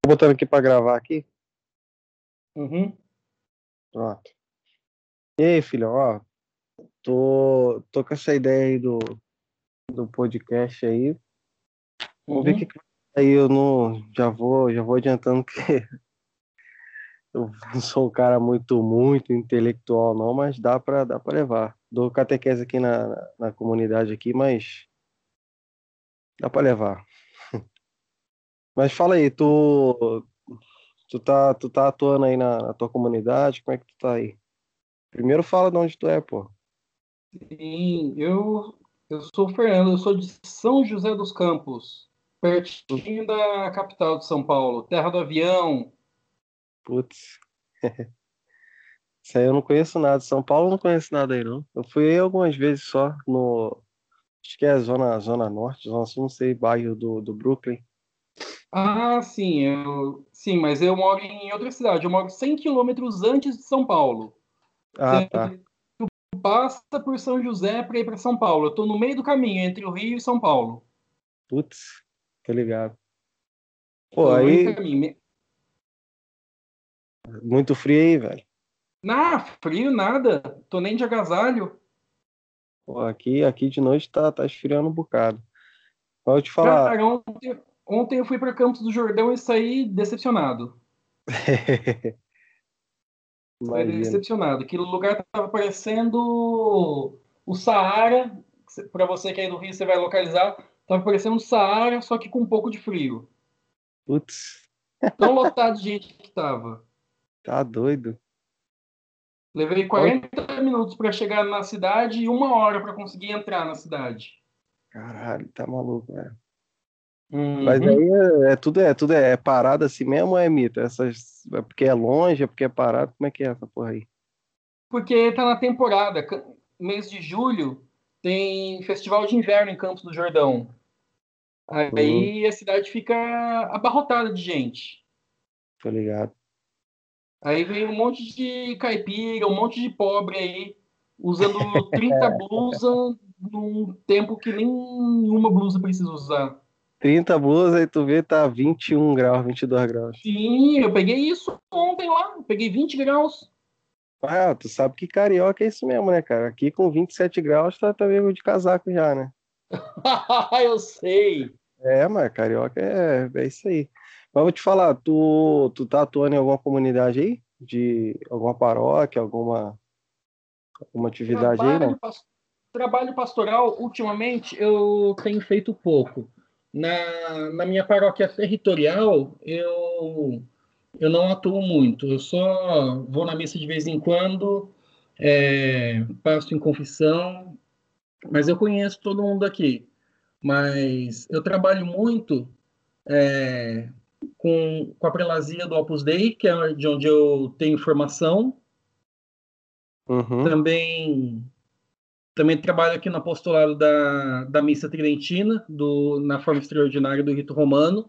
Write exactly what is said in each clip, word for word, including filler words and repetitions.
botando aqui pra gravar aqui. Uhum. Pronto. E aí, filhão, ó, tô, tô com essa ideia aí do, do podcast aí. Vamos ver o que Uhum. que vai aí. Eu não, já vou, já vou adiantando que eu não sou um cara muito, muito intelectual não, mas dá pra, dá pra levar. Dou catequese aqui na, na, na comunidade aqui, mas dá pra levar. Mas fala aí, tu, tu tá, tu tá atuando aí na, na tua comunidade? Como é que tu tá aí? Primeiro fala de onde tu é, pô. Sim, eu, eu sou o Fernando, eu sou de São José dos Campos, pertinho da capital de São Paulo, terra do avião. Putz. Isso aí eu não conheço nada. São Paulo eu não conheço nada aí, não. Eu fui aí algumas vezes só no. Acho que é zona, zona norte, zona sul, não sei, bairro do, do Brooklyn. Ah, sim, eu, sim, mas eu moro em outra cidade, eu moro cem quilômetros antes de São Paulo. Ah, Você tá. passa por São José para ir para São Paulo. Eu estou no meio do caminho entre o Rio e São Paulo. Putz, tô ligado. Pô, Estou no meio do aí, caminho. muito frio aí, velho. Na frio, nada. Tô nem de agasalho. Pô, aqui, aqui de noite tá, tá esfriando um bocado. Mas eu te falar. Cara, ontem, ontem eu fui para Campos do Jordão e saí decepcionado. Saí Imagino. decepcionado. Aquele lugar tava parecendo o Saara. Para você que é do Rio, você vai localizar. Tava parecendo o Saara, só que com um pouco de frio. Putz, Tão lotado de gente que tava. tá doido. Levei Ó, quarenta minutos para chegar na cidade e uma hora para conseguir entrar na cidade. caralho, tá maluco, velho. Mas Uhum. aí é, é tudo, é tudo é, é parado assim mesmo ou é mito? Essas, é porque é longe, é porque é parado? Como é que é essa porra aí? Porque tá na temporada. Mês de julho tem festival de inverno em Campos do Jordão. Hum, Aí a cidade fica abarrotada de gente. tô ligado. Aí vem um monte de caipira, um monte de pobre aí, usando trinta blusas num tempo que nenhuma blusa precisa usar. Trinta blusas e tu vê tá vinte e um graus, vinte e dois graus. Sim, eu peguei isso ontem lá, eu peguei vinte graus. Ah, tu sabe que carioca é isso mesmo, né, cara? Aqui com vinte e sete graus tá, tá meio de casaco já, né? Eu sei. É, mas carioca é, é isso aí. Mas vou te falar, tu, tu tá atuando em alguma comunidade aí? De alguma paróquia, alguma, alguma atividade aí, não? Trabalho, pas- trabalho pastoral, ultimamente, eu tenho feito pouco. Na, na minha paróquia territorial, eu, eu não atuo muito. Eu só vou na missa de vez em quando, é, passo em confissão, mas eu conheço todo mundo aqui. Mas eu trabalho muito é, com, com a prelazia do Opus Dei, que é de onde eu tenho formação. Uhum, Também Também trabalho aqui no apostolado da, da Missa Tridentina, do, na forma extraordinária do rito romano,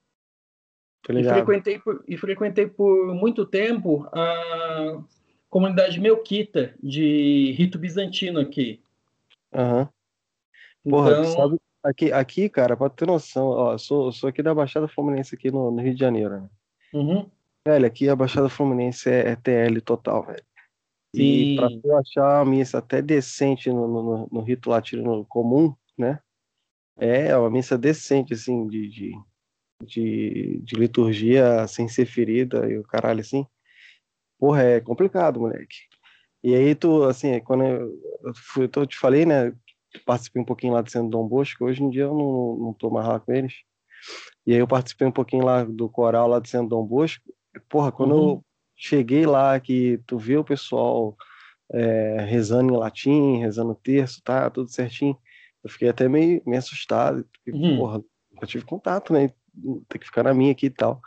tô e ligado. frequentei por, e frequentei por muito tempo a comunidade melquita de rito bizantino aqui. Aham. Porra, tu Então, sabe, aqui, aqui, cara, pra ter noção, ó, eu sou, eu sou aqui da Baixada Fluminense, aqui no, no Rio de Janeiro, né? uhum, Velho, aqui a Baixada Fluminense é, é T L total, velho. E pra sim, tu achar a missa até decente no, no, no- no rito latino comum, né? É uma missa decente, assim, de, de, de, de liturgia sem ser ferida e o caralho, assim. Porra, é complicado, moleque. E aí tu, assim, quando eu, eu, fui, eu te falei, né? Participei um pouquinho lá do Centro Dom Bosco, hoje em dia eu não, não tô mais lá com eles. E aí eu participei um pouquinho lá do coral lá do Centro Dom Bosco. Porra, quando uhum, eu cheguei lá, que tu vê o pessoal é, rezando em latim, rezando o terço, tá, tudo certinho. Eu fiquei até meio, meio assustado, porque, uhum, porra, eu tive contato, né? Tem que ficar na minha aqui e tal.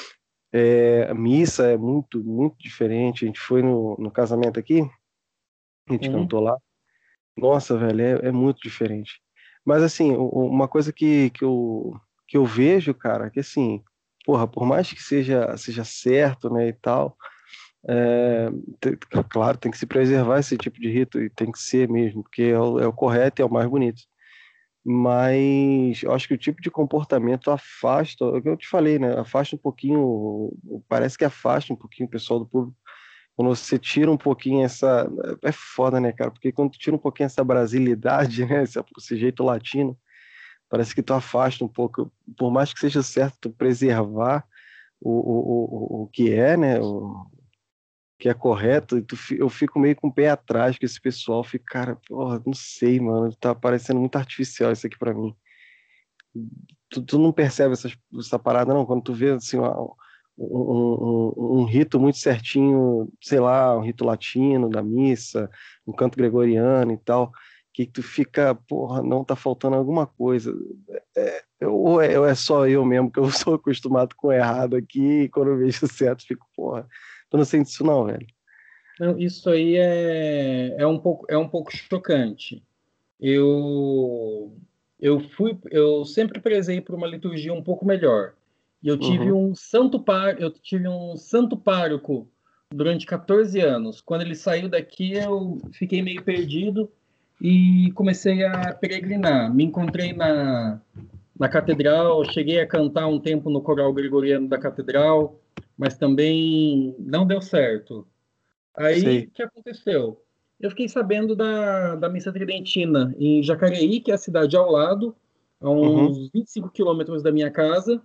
É, a missa é muito, muito diferente. A gente foi no, no casamento aqui, a gente uhum. cantou lá. Nossa, velho, é, é muito diferente. Mas, assim, u- uma coisa que, que, eu, que eu vejo, cara, que assim, porra, por mais que seja, seja certo, né, e tal, é, te- claro, tem que se preservar esse tipo de rito, e tem que ser mesmo, porque é o, é o correto e é o mais bonito. mas eu acho que o tipo de comportamento afasta, é o que eu te falei, né? Afasta um pouquinho, parece que afasta um pouquinho o pessoal do público. Quando você tira um pouquinho essa. É foda, né, cara? Porque quando tu tira um pouquinho essa brasilidade, né? Esse, esse jeito latino, parece que tu afasta um pouco. Por mais que seja certo tu preservar o, o, o, o que é, né? O que é correto, e tu, fi- eu fico meio com o pé atrás que esse pessoal fica, cara, porra, não sei, mano, tá parecendo muito artificial isso aqui pra mim. Tu, tu não percebe essas, essa parada, não? Quando tu vê, assim, uma- um, um, um rito muito certinho, sei lá, um rito latino da missa, um canto gregoriano e tal, que tu fica, porra, não tá faltando alguma coisa. É, eu- ou, é, ou é só eu mesmo, que eu sou acostumado com o errado aqui, e quando eu vejo o certo, fico, porra, tu não sente isso não, velho. Não, isso aí é, é um pouco, é um pouco chocante. Eu, eu fui, eu sempre prezei por uma liturgia um pouco melhor. E eu tive Uhum. um santo par, eu tive um santo pároco durante quatorze anos. Quando ele saiu daqui, eu fiquei meio perdido e comecei a peregrinar. Me encontrei na, na catedral, cheguei a cantar um tempo no coral gregoriano da catedral, mas também não deu certo. Aí, Sei. o que aconteceu? Eu fiquei sabendo da, da missa tridentina em Jacareí, que é a cidade ao lado, a Uhum. uns vinte e cinco quilômetros da minha casa,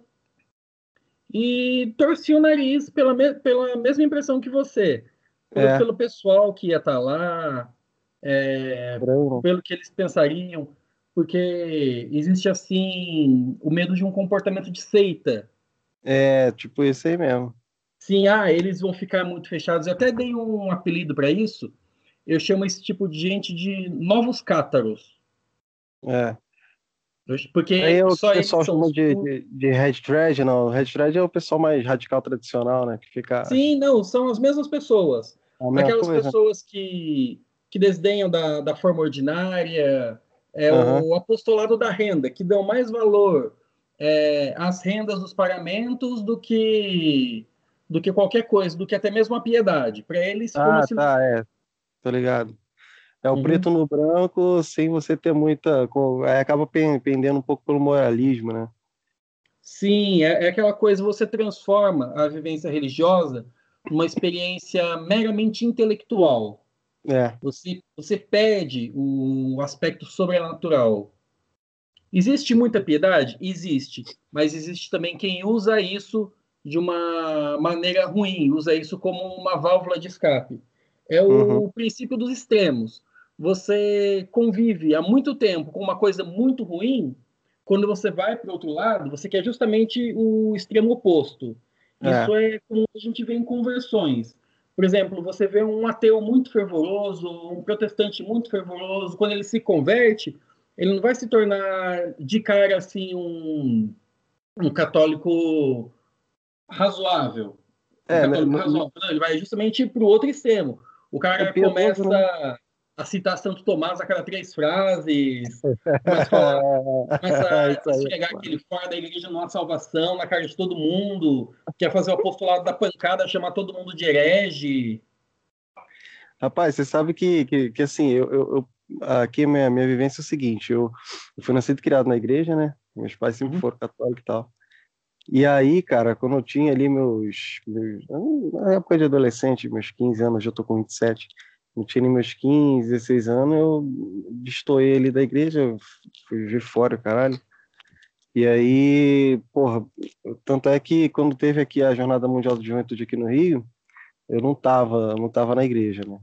e torci o nariz pela, me, pela mesma impressão que você, pelo, É, pelo pessoal que ia estar lá, é, estranho, pelo que eles pensariam, porque existe, assim, o medo de um comportamento de seita. né? É, tipo isso aí mesmo. Sim, ah, eles vão ficar muito fechados. Eu até dei um apelido para isso. Eu chamo esse tipo de gente de novos cátaros. É. Aí Porque é o que o só eles pessoal são chama os de, puros. de, de red thread, não. Red thread é o pessoal mais radical tradicional, né? Que fica Sim, não, são as mesmas pessoas. a mesma Aquelas coisa. pessoas que, que desdenham da, da forma ordinária, é Aham. o apostolado da renda, que dão mais valor é, às rendas dos pagamentos do que, do que qualquer coisa, do que até mesmo a piedade. Para eles, como Ah, se. tá, é. Tô ligado. É o preto Uhum. no branco sem você ter muita. com- Aí acaba pen- pendendo um pouco pelo moralismo, né? Sim, é, é aquela coisa, você transforma a vivência religiosa numa experiência meramente intelectual. É. Você, você perde o aspecto sobrenatural. Existe muita piedade? Existe, mas existe também quem usa isso de uma maneira ruim, usa isso como uma válvula de escape. É Uhum. o princípio dos extremos. Você convive há muito tempo com uma coisa muito ruim, quando você vai para o outro lado, você quer justamente o extremo oposto. É. Isso é como a gente vê em conversões. Por exemplo, você vê um ateu muito fervoroso, um protestante muito fervoroso, quando ele se converte, ele não vai se tornar de cara assim um, um católico razoável. Um É, né, católico no- no- razoável. Não, ele vai justamente para o outro extremo. O é cara piedoso, começa né? a citar Santo Tomás a cada três frases, começa a falar, começa Isso a aí é esfregar foda. aquele fora da igreja não há salvação na cara de todo mundo, quer fazer o apostolado da pancada, chamar todo mundo de herege. Rapaz, você sabe que, que, que assim, eu, eu, eu- aqui a minha, minha vivência é o seguinte, eu, eu fui nascido e criado na igreja, né? Meus pais sempre Uhum. foram católicos e tal. E aí, cara, quando eu tinha ali meus, meus na época de adolescente, meus quinze anos, já tô com vinte e sete, eu tinha ali meus quinze, dezesseis anos, eu destoei ali da igreja, eu fui ver fora, caralho. E aí, porra, tanto é que quando teve aqui a Jornada Mundial de Juventude aqui no Rio, eu não tava, não tava na igreja, né?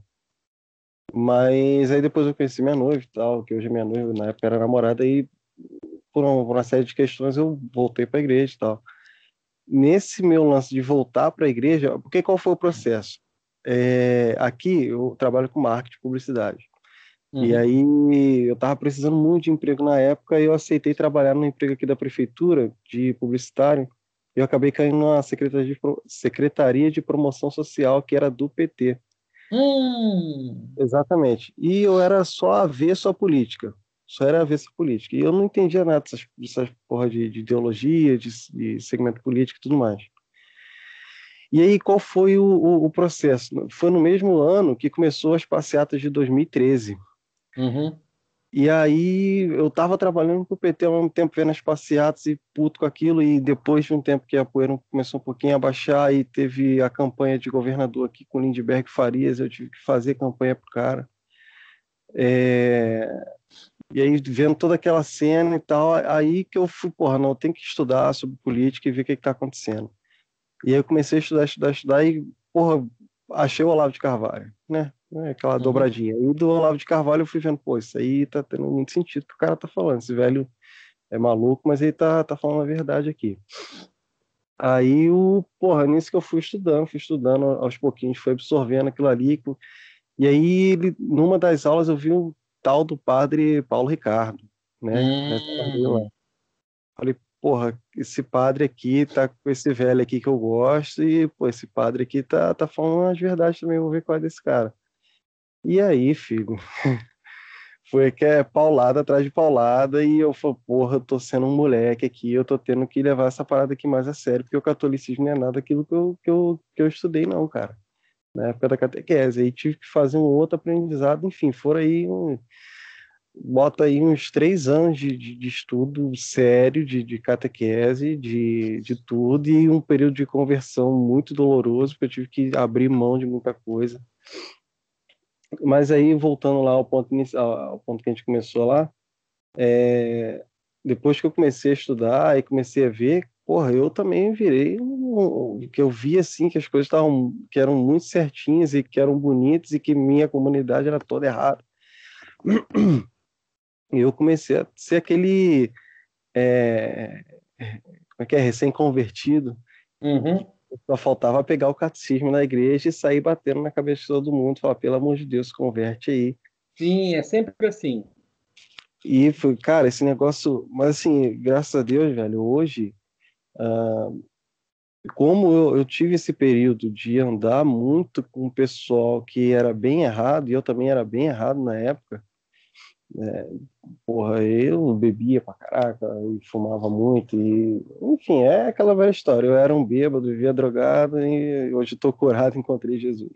Mas aí depois eu conheci minha noiva e tal, que hoje é minha noiva, na época era namorada, e por uma, por uma série de questões eu voltei para a igreja e tal. Nesse meu lance de voltar para a igreja, porque qual foi o processo? É, aqui eu trabalho com marketing, publicidade. E Uhum. aí eu estava precisando muito de emprego na época e eu aceitei trabalhar no emprego aqui da prefeitura de publicitário. E eu acabei caindo na secretaria de, Pro- secretaria de promoção social que era do P T. Hum. Exatamente. E eu era só avesso à política. Só era avesso à política. E eu não entendia nada dessas, dessas porra de, de ideologia, de, de segmento político e tudo mais. E aí, qual foi o, o, o processo? Foi no mesmo ano que começou as passeatas de dois mil e treze. Uhum. E aí eu tava trabalhando pro P T ao mesmo tempo, vendo as passeatas e puto com aquilo, e depois de um tempo que a poeira começou um pouquinho a baixar, e teve a campanha de governador aqui com Lindbergh Farias, eu tive que fazer campanha pro cara. É... E aí, vendo toda aquela cena e tal, aí que eu fui, porra, não, eu tenho que estudar sobre política e ver o que que tá acontecendo. E aí eu comecei a estudar, estudar, estudar e, porra, achei o Olavo de Carvalho, né? É aquela Uhum. dobradinha. E do Olavo de Carvalho eu fui vendo, pô, isso aí tá tendo muito sentido que o cara tá falando. Esse velho é maluco, mas ele tá, tá falando a verdade aqui. Aí, o, porra, nisso que eu fui estudando, fui estudando aos pouquinhos, fui absorvendo aquilo ali. E aí, ele, numa das aulas, eu vi um tal do padre Paulo Ricardo, né? Nessa aula dele lá. Hum. Falei, porra, esse padre aqui tá com esse velho aqui que eu gosto, e, pô, esse padre aqui tá, tá falando as verdades também, vou ver qual é desse cara. E aí, filho, foi que é paulada atrás de paulada, e eu falei, porra, eu tô sendo um moleque aqui, eu tô tendo que levar essa parada aqui mais a sério, porque o catolicismo não é nada aquilo que eu, que eu, que eu estudei, não, cara. Na época da catequese, aí tive que fazer um outro aprendizado, enfim, foram aí um, bota aí uns três anos de, de, de estudo sério, de, de catequese, de, de tudo, e um período de conversão muito doloroso, porque eu tive que abrir mão de muita coisa. Mas aí, voltando lá ao ponto inicial, ao ponto que a gente começou lá, é, depois que eu comecei a estudar e comecei a ver, porra, eu também virei um, um- que eu vi assim que as coisas estavam, que eram muito certinhas e que eram bonitas e que minha comunidade era toda errada. E eu comecei a ser aquele, é, como é que é, recém-convertido. Uhum. Só faltava pegar o catecismo na igreja e sair batendo na cabeça de todo mundo, falar, pelo amor de Deus, converte aí. Sim, é sempre assim. E foi, cara, esse negócio, mas assim, graças a Deus, velho, hoje, como eu, eu tive esse período de andar muito com o pessoal que era bem errado, e eu também era bem errado na época, né? Porra, eu bebia pra caraca e fumava muito, e enfim, é aquela velha história. Eu era um bêbado, vivia drogado, e hoje estou curado, encontrei Jesus.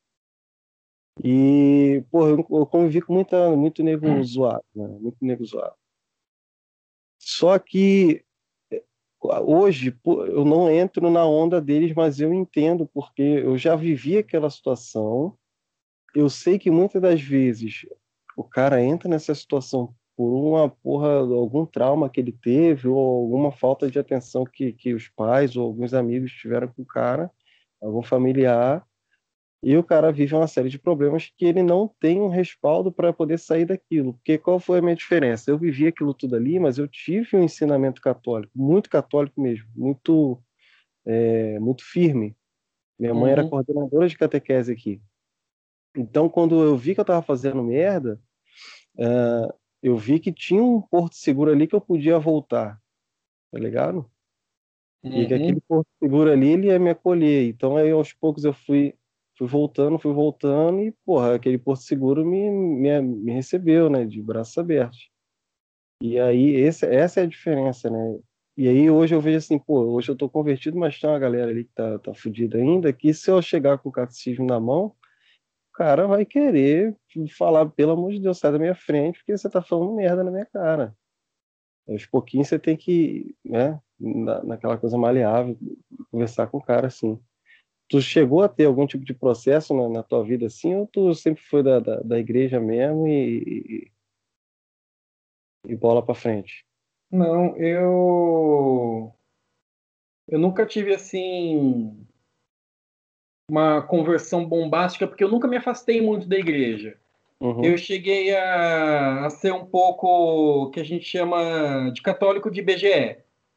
E, porra, eu, eu convivi com muita, muito nego zoado, né? Muito nego zoado. Só que hoje, pô, eu não entro na onda deles, mas eu entendo, porque eu já vivi aquela situação. Eu sei que muitas das vezes o cara entra nessa situação por uma porra, algum trauma que ele teve, ou alguma falta de atenção que, que os pais ou alguns amigos tiveram com o cara, algum familiar, e o cara vive uma série de problemas que ele não tem um respaldo para poder sair daquilo. Porque qual foi a minha diferença? Eu vivi aquilo tudo ali, mas eu tive um ensinamento católico, muito católico mesmo, muito, é, muito firme. Minha mãe era Uhum. coordenadora de catequese aqui. Então, quando eu vi que eu estava fazendo merda, uh, eu vi que tinha um porto seguro ali que eu podia voltar, tá ligado? E que aquele Uhum. porto seguro ali, ele ia me acolher. Então, aí, aos poucos, eu fui, fui voltando, fui voltando, e, porra, aquele porto seguro me, me, me recebeu, né, de braços abertos. E aí, esse, essa é a diferença, né? E aí, hoje eu vejo assim, pô, hoje eu tô convertido, mas tem uma galera ali que tá, tá fudida ainda, que se eu chegar com o catecismo na mão, o cara vai querer falar, pelo amor de Deus, sai da minha frente, porque você tá falando merda na minha cara. Aos pouquinhos você tem que, né, na, naquela coisa maleável, conversar com o cara assim. Tu chegou a ter algum tipo de processo na, na tua vida assim, ou tu sempre foi da, da, da igreja mesmo e, e, e bola pra frente? Não, eu eu nunca tive assim uma conversão bombástica, porque eu nunca me afastei muito da igreja. Eu Uhum. cheguei a, a ser um pouco o que a gente chama de católico de I B G E.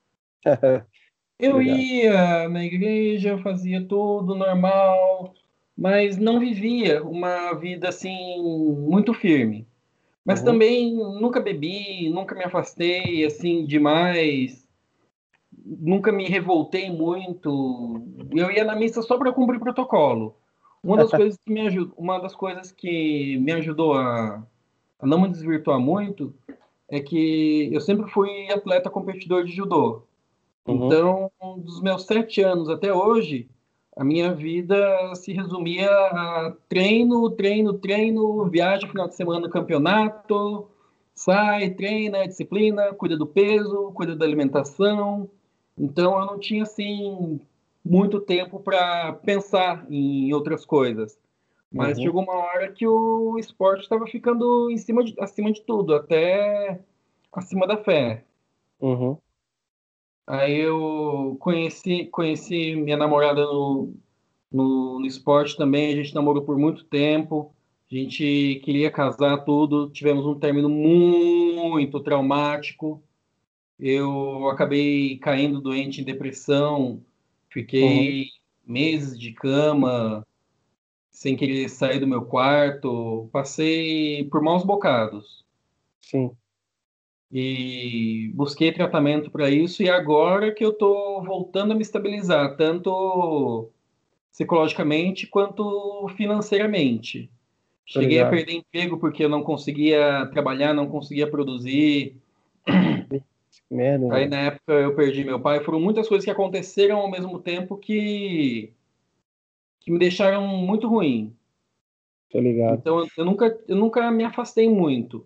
Eu Obrigado. ia na igreja, fazia tudo normal, mas não vivia uma vida assim muito firme. Mas Uhum. também nunca bebi, nunca me afastei assim demais, nunca me revoltei muito. Eu ia na missa só para cumprir protocolo. Uma das coisas que me ajudou, uma das coisas que me ajudou a, a não me desvirtuar muito é que eu sempre fui atleta competidor de judô. Uhum. Então, dos meus sete anos até hoje, a minha vida se resumia a treino, treino, treino, viagem final de semana no campeonato. sai, treina, disciplina, cuida do peso, cuida da alimentação. Então eu não tinha assim muito tempo para pensar em outras coisas. Mas Uhum, chegou uma hora que o esporte estava ficando em cima de, acima de tudo, até acima da fé. uhum, Aí eu conheci, conheci minha namorada no, no, no esporte também, a gente namorou por muito tempo, a gente queria casar tudo, tivemos um término muito traumático, eu acabei caindo doente em depressão, uhum, fiquei meses de cama, sem querer sair do meu quarto, passei por maus bocados. sim, E busquei tratamento para isso, e agora que eu estou voltando a me estabilizar, tanto psicologicamente quanto financeiramente. tô Cheguei a ligado. perder emprego porque eu não conseguia trabalhar, não conseguia produzir. Que merda, Aí velho. na época eu perdi meu pai. Foram muitas coisas que aconteceram ao mesmo tempo que, que me deixaram muito ruim. Tô ligado. Então eu, eu nunca, eu nunca me afastei muito.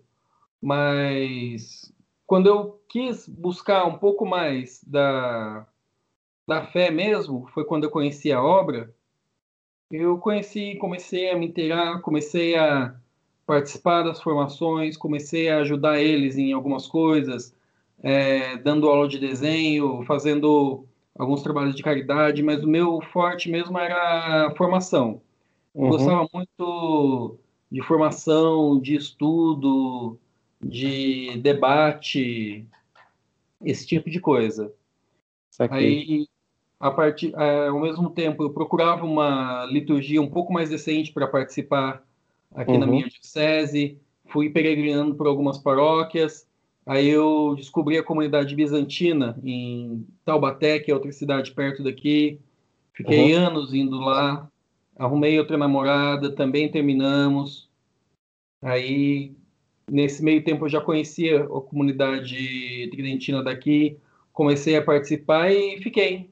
Mas quando eu quis buscar um pouco mais da, da fé mesmo, foi quando eu conheci a obra. Eu conheci, comecei a me inteirar, comecei a participar das formações, comecei a ajudar eles em algumas coisas, é, dando aula de desenho, fazendo alguns trabalhos de caridade, mas o meu forte mesmo era a formação. Eu Uhum, gostava muito de formação, de estudo, de debate, esse tipo de coisa. saquei. Aí, a partir, é, ao mesmo tempo, eu procurava uma liturgia um pouco mais decente para participar aqui na Uhum, minha diocese, fui peregrinando por algumas paróquias, aí eu descobri a comunidade bizantina em Taubaté, que é outra cidade perto daqui, fiquei uhum. anos indo lá, arrumei outra namorada, também terminamos, aí nesse meio tempo eu já conhecia a comunidade tridentina daqui, comecei a participar e fiquei.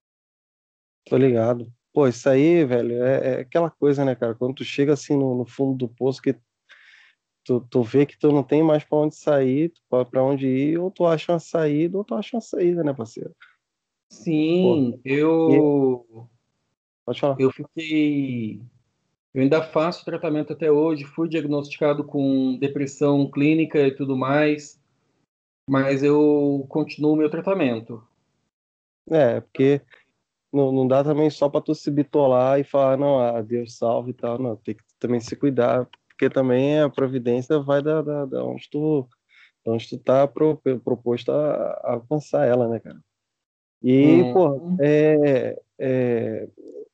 Tô ligado. Pô, isso aí, velho, é, é aquela coisa, né, cara? Quando tu chega assim no, no fundo do poço, que tu, tu vê que tu não tem mais pra onde sair, tu, pra pra onde ir, ou tu acha uma saída, ou tu acha uma saída, né, parceiro? Pô, Sim, e, eu pode falar. eu fiquei, eu ainda faço tratamento até hoje, fui diagnosticado com depressão clínica e tudo mais, mas eu continuo o meu tratamento. É, porque não, não dá também só pra tu se bitolar e falar, não, ah, Deus salve e tal, não, tem que também se cuidar, porque também a providência vai da, da, da onde tu, da onde tu tá pro, proposto a, a alcançar ela, né, cara? E, pô, Uhum. é, é,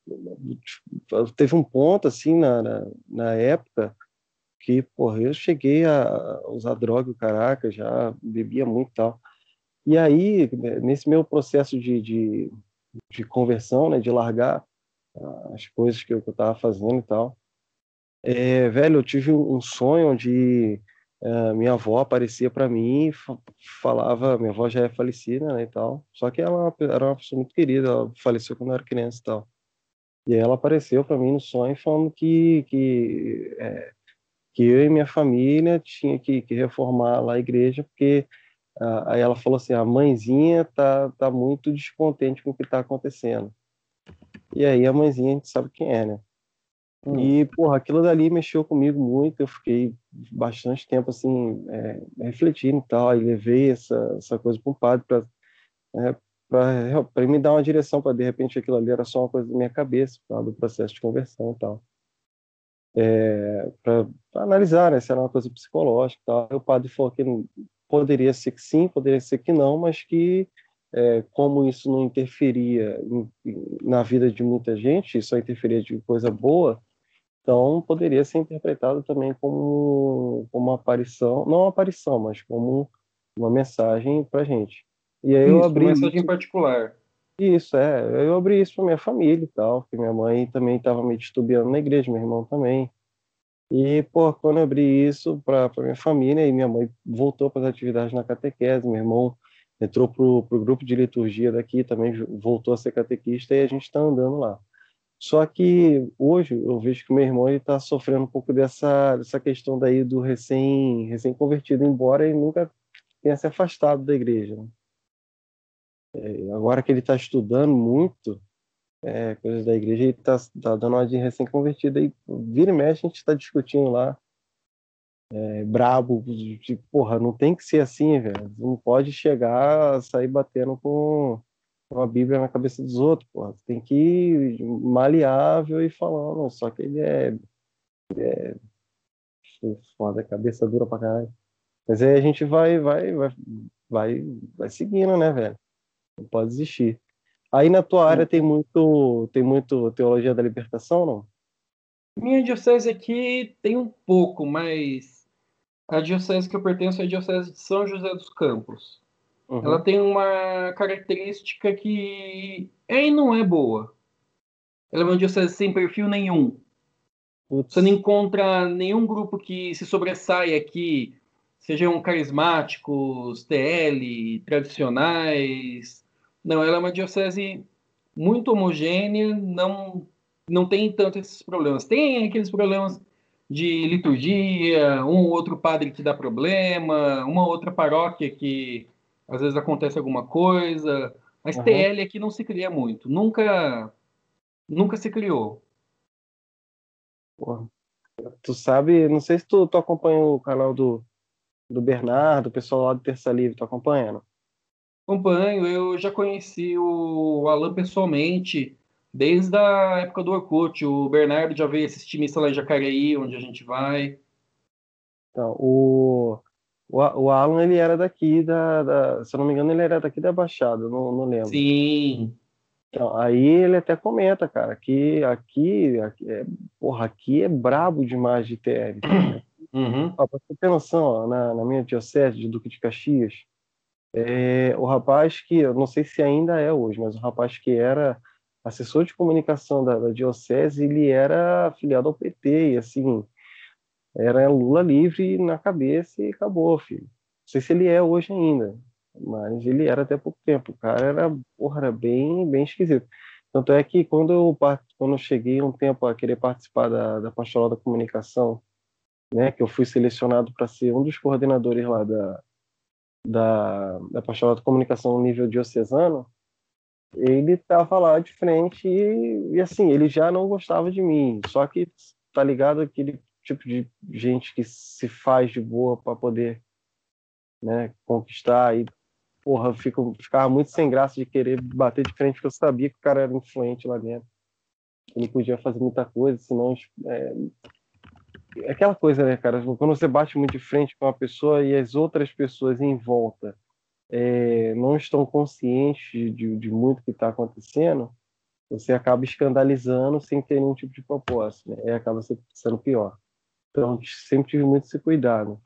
teve um ponto, assim, na, na, na época, que, porra, eu cheguei a usar droga, caraca, já bebia muito e tal. E aí, né, nesse meu processo de, de, de conversão, né, de largar ah, as coisas que eu, que eu tava fazendo e tal, é, velho, eu tive um, um sonho onde ah, minha avó aparecia para mim e fa- falava, minha avó já é falecida, né, e tal, só que ela era uma pessoa muito querida, ela faleceu quando eu era criança e tal. E aí ela apareceu para mim no sonho falando que, que, é, que eu e minha família tinha que, que reformar lá a igreja, porque ah, aí ela falou assim, a mãezinha tá, tá muito descontente com o que está acontecendo. E aí a mãezinha a gente sabe quem é, né? Hum. E, porra, aquilo dali mexeu comigo muito, eu fiquei bastante tempo, assim, é, refletindo e tal, aí levei essa, essa coisa para um padre para né, para me dar uma direção, para de repente aquilo ali era só uma coisa da minha cabeça, por causa do processo de conversão e tal. Para analisar, né, se era uma coisa psicológica e tal. Aí o padre falou que poderia ser que sim, poderia ser que não, mas que é, como isso não interferia em- em- na vida de muita gente, só interferia de coisa boa, então poderia ser interpretado também como, como uma aparição, não uma aparição, mas como uma mensagem para gente. E aí eu Isso, uma abri mensagem isso, particular. isso, é, eu abri isso para minha família e tal, porque minha mãe também estava me titubeando na igreja, meu irmão também. E, pô, quando eu abri isso para minha família, e minha mãe voltou para as atividades na catequese, meu irmão entrou pro, pro grupo de liturgia daqui, também ju- voltou a ser catequista, e a gente está andando lá. Só que hoje eu vejo que o meu irmão está sofrendo um pouco dessa, dessa questão daí do recém, recém-convertido, embora ele nunca tenha se afastado da igreja, né? Agora que ele está estudando muito é, coisas da igreja, ele está tá dando uma de recém-convertido e vira e mexe a gente está discutindo lá, é, brabo, de, de, porra, não tem que ser assim, velho. Não pode chegar, sair batendo com uma Bíblia na cabeça dos outros, porra. Tem que ir maleável e falando, só que ele é foda, cabeça dura pra caralho. Mas aí a gente vai, vai, vai, vai, vai seguindo, né, velho? Não pode desistir. Aí na tua área tem muito, tem muito teologia da libertação, não? Minha diocese aqui tem um pouco, mas a diocese que eu pertenço é a diocese de São José dos Campos. Ela Uhum. tem uma característica que é e não é boa. Ela é uma diocese sem perfil nenhum. Você não Putz. encontra nenhum grupo que se sobressaia aqui, sejam carismáticos, T L, tradicionais. Não, ela é uma diocese muito homogênea, não, não tem tanto esses problemas. Tem aqueles problemas de liturgia, um ou outro padre que dá problema, uma outra paróquia que às vezes acontece alguma coisa, mas Uhum. T L aqui não se cria muito, nunca, nunca se criou. Porra. Tu sabe, não sei se tu, tu acompanha o canal do, do Bernardo, o pessoal lá do Terça Livre, tu acompanhando? Acompanho, eu já conheci o Alan pessoalmente, desde a época do Orkut. O Bernardo já veio assistir missa lá em Jacareí, onde a gente vai. Então, o, o, A- o Alan, ele era daqui da, da- se eu não me engano, ele era daqui da Baixada, não, não lembro. Sim. Então, aí ele até comenta, cara, que aqui, aqui é, porra, aqui é brabo demais de T L. Uhum. Ó, pra você ter noção, ó, na, na minha diocese de Duque de Caxias, é, o rapaz que, eu não sei se ainda é hoje, mas o rapaz que era assessor de comunicação da, da diocese, ele era afiliado ao P T, e assim, era Lula livre na cabeça e acabou, filho. Não sei se ele é hoje ainda, mas ele era até pouco tempo. O cara era, porra, era bem, bem esquisito. Tanto é que quando eu, par- quando eu cheguei um tempo a querer participar da, da Pastoral da Comunicação, né, que eu fui selecionado para ser um dos coordenadores lá da, da, da Pastoral da Comunicação no nível diocesano, ele estava lá de frente e, e, assim, ele já não gostava de mim. Só que, tá ligado, aquele tipo de gente que se faz de boa para poder, né, conquistar. E, porra, eu fico, ficava muito sem graça de querer bater de frente, porque eu sabia que o cara era influente lá dentro. Ele podia fazer muita coisa, senão. É, é aquela coisa, né, cara? Quando você bate muito de frente com uma pessoa e as outras pessoas em volta é, não estão conscientes de, de muito que está acontecendo, você acaba escandalizando sem ter nenhum tipo de propósito, né? E acaba sendo pior. Então, sempre tive muito esse cuidado.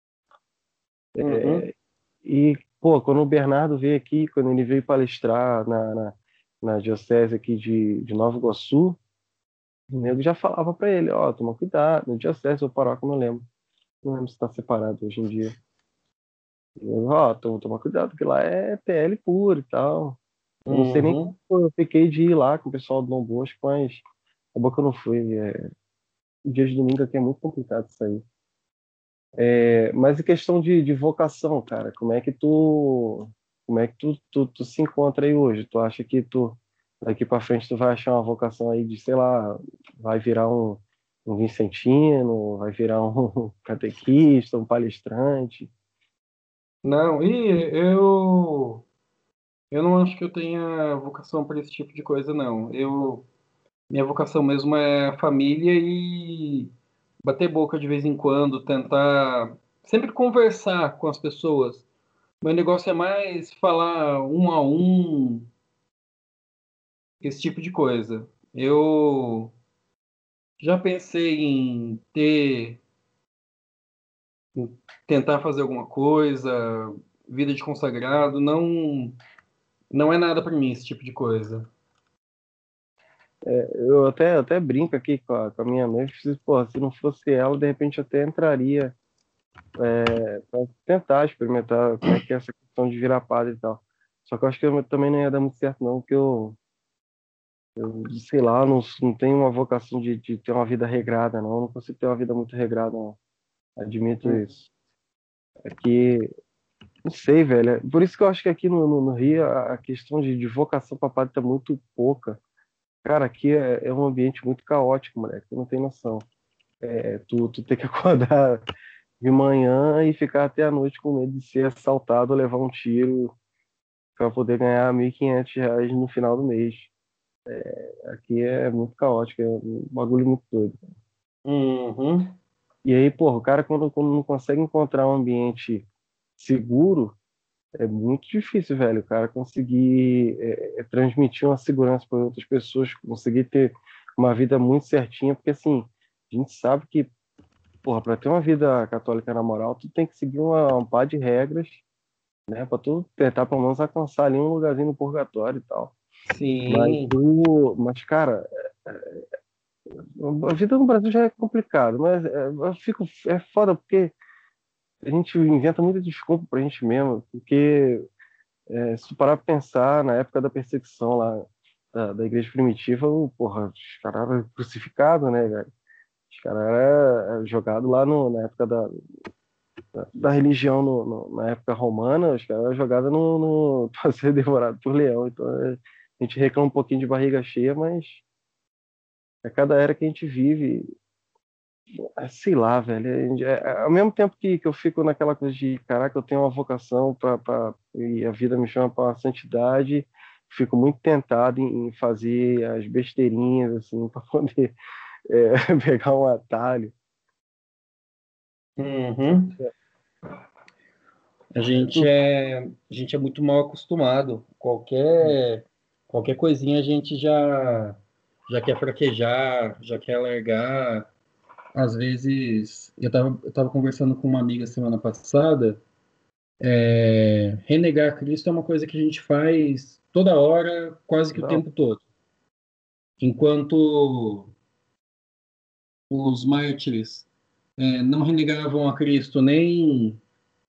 Uhum. E, pô, quando o Bernardo veio aqui, quando ele veio palestrar na, na, na diocese aqui de, de Nova Iguaçu, o nego já falava para ele, ó, toma cuidado, no diocese ou paróquia, não lembro. Não lembro se está separado hoje em dia. Eu, ó, toma, toma cuidado, porque lá é P L puro e tal. Eu não sei nem Uhum. como eu fiquei de ir lá com o pessoal do Dom Bosco, mas acabou que eu não fui. É, dia de domingo aqui é muito complicado isso aí. É, mas em questão de, de vocação, cara, como é que tu, como é que tu, tu, tu se encontra aí hoje? Tu acha que tu, daqui para frente, tu vai achar uma vocação aí de, sei lá, vai virar um, um vicentino, vai virar um catequista, um palestrante? Não, e eu, eu não acho que eu tenha vocação para esse tipo de coisa, não. Eu, minha vocação mesmo é família e bater boca de vez em quando, tentar sempre conversar com as pessoas. Meu negócio é mais falar um a um, esse tipo de coisa. Eu já pensei em ter, em tentar fazer alguma coisa, vida de consagrado, não, não é nada para mim esse tipo de coisa. Eu até, até brinco aqui com a, com a minha mãe, preciso, pô, se não fosse ela, de repente eu até entraria para tentar experimentar como é que é essa questão de virar padre e tal. Só que eu acho que eu também não ia dar muito certo, não, porque eu, Eu, sei lá, não, não tenho uma vocação de, de ter uma vida regrada, não. Eu não consigo ter uma vida muito regrada, não. Admito Hum. isso. É que, não sei, velho. É por isso que eu acho que aqui no, no, no Rio a, a questão de, de vocação para padre tá muito pouca. Cara, aqui é, é um ambiente muito caótico, moleque. Tu não tem noção. É, tu, tu tem que acordar de manhã e ficar até a noite com medo de ser assaltado ou levar um tiro para poder ganhar mil e quinhentos reais no final do mês. Aqui é muito caótico, é um bagulho muito doido. Uhum. E aí, porra, o cara quando, quando não consegue encontrar um ambiente seguro, é muito difícil, velho, o cara conseguir é, é, transmitir uma segurança para outras pessoas, conseguir ter uma vida muito certinha, porque assim, a gente sabe que, porra, para ter uma vida católica na moral, tu tem que seguir uma, um par de regras, né, para tu tentar pelo menos alcançar ali um lugarzinho no purgatório e tal. Mas, Sim. o, mas cara, a vida no Brasil já é complicado, mas é, eu fico, é foda porque a gente inventa muita desculpa pra gente mesmo, porque é, se tu parar pra pensar, na época da perseguição lá da, da igreja primitiva, o, porra, os caras eram crucificados, né, velho? Os caras eram jogados lá no, na época da, da, da religião, no, no- na época romana, os caras eram jogados no, no, pra ser devorado por leão. Então é, a gente reclama um pouquinho de barriga cheia, mas é cada era que a gente vive. É, sei lá, velho. É, é, ao mesmo tempo que, que eu fico naquela coisa de, caraca, eu tenho uma vocação para e a vida me chama para uma santidade, fico muito tentado em, em fazer as besteirinhas, assim, para poder é, pegar um atalho. Uhum. A gente é, a gente é muito mal acostumado. Qualquer, qualquer coisinha a gente já, já quer fraquejar, já quer largar. Às vezes, eu estava eu tava conversando com uma amiga semana passada. É, renegar Cristo é uma coisa que a gente faz toda hora, quase que o Não, tempo todo. Enquanto os mártires é, não renegavam a Cristo nem,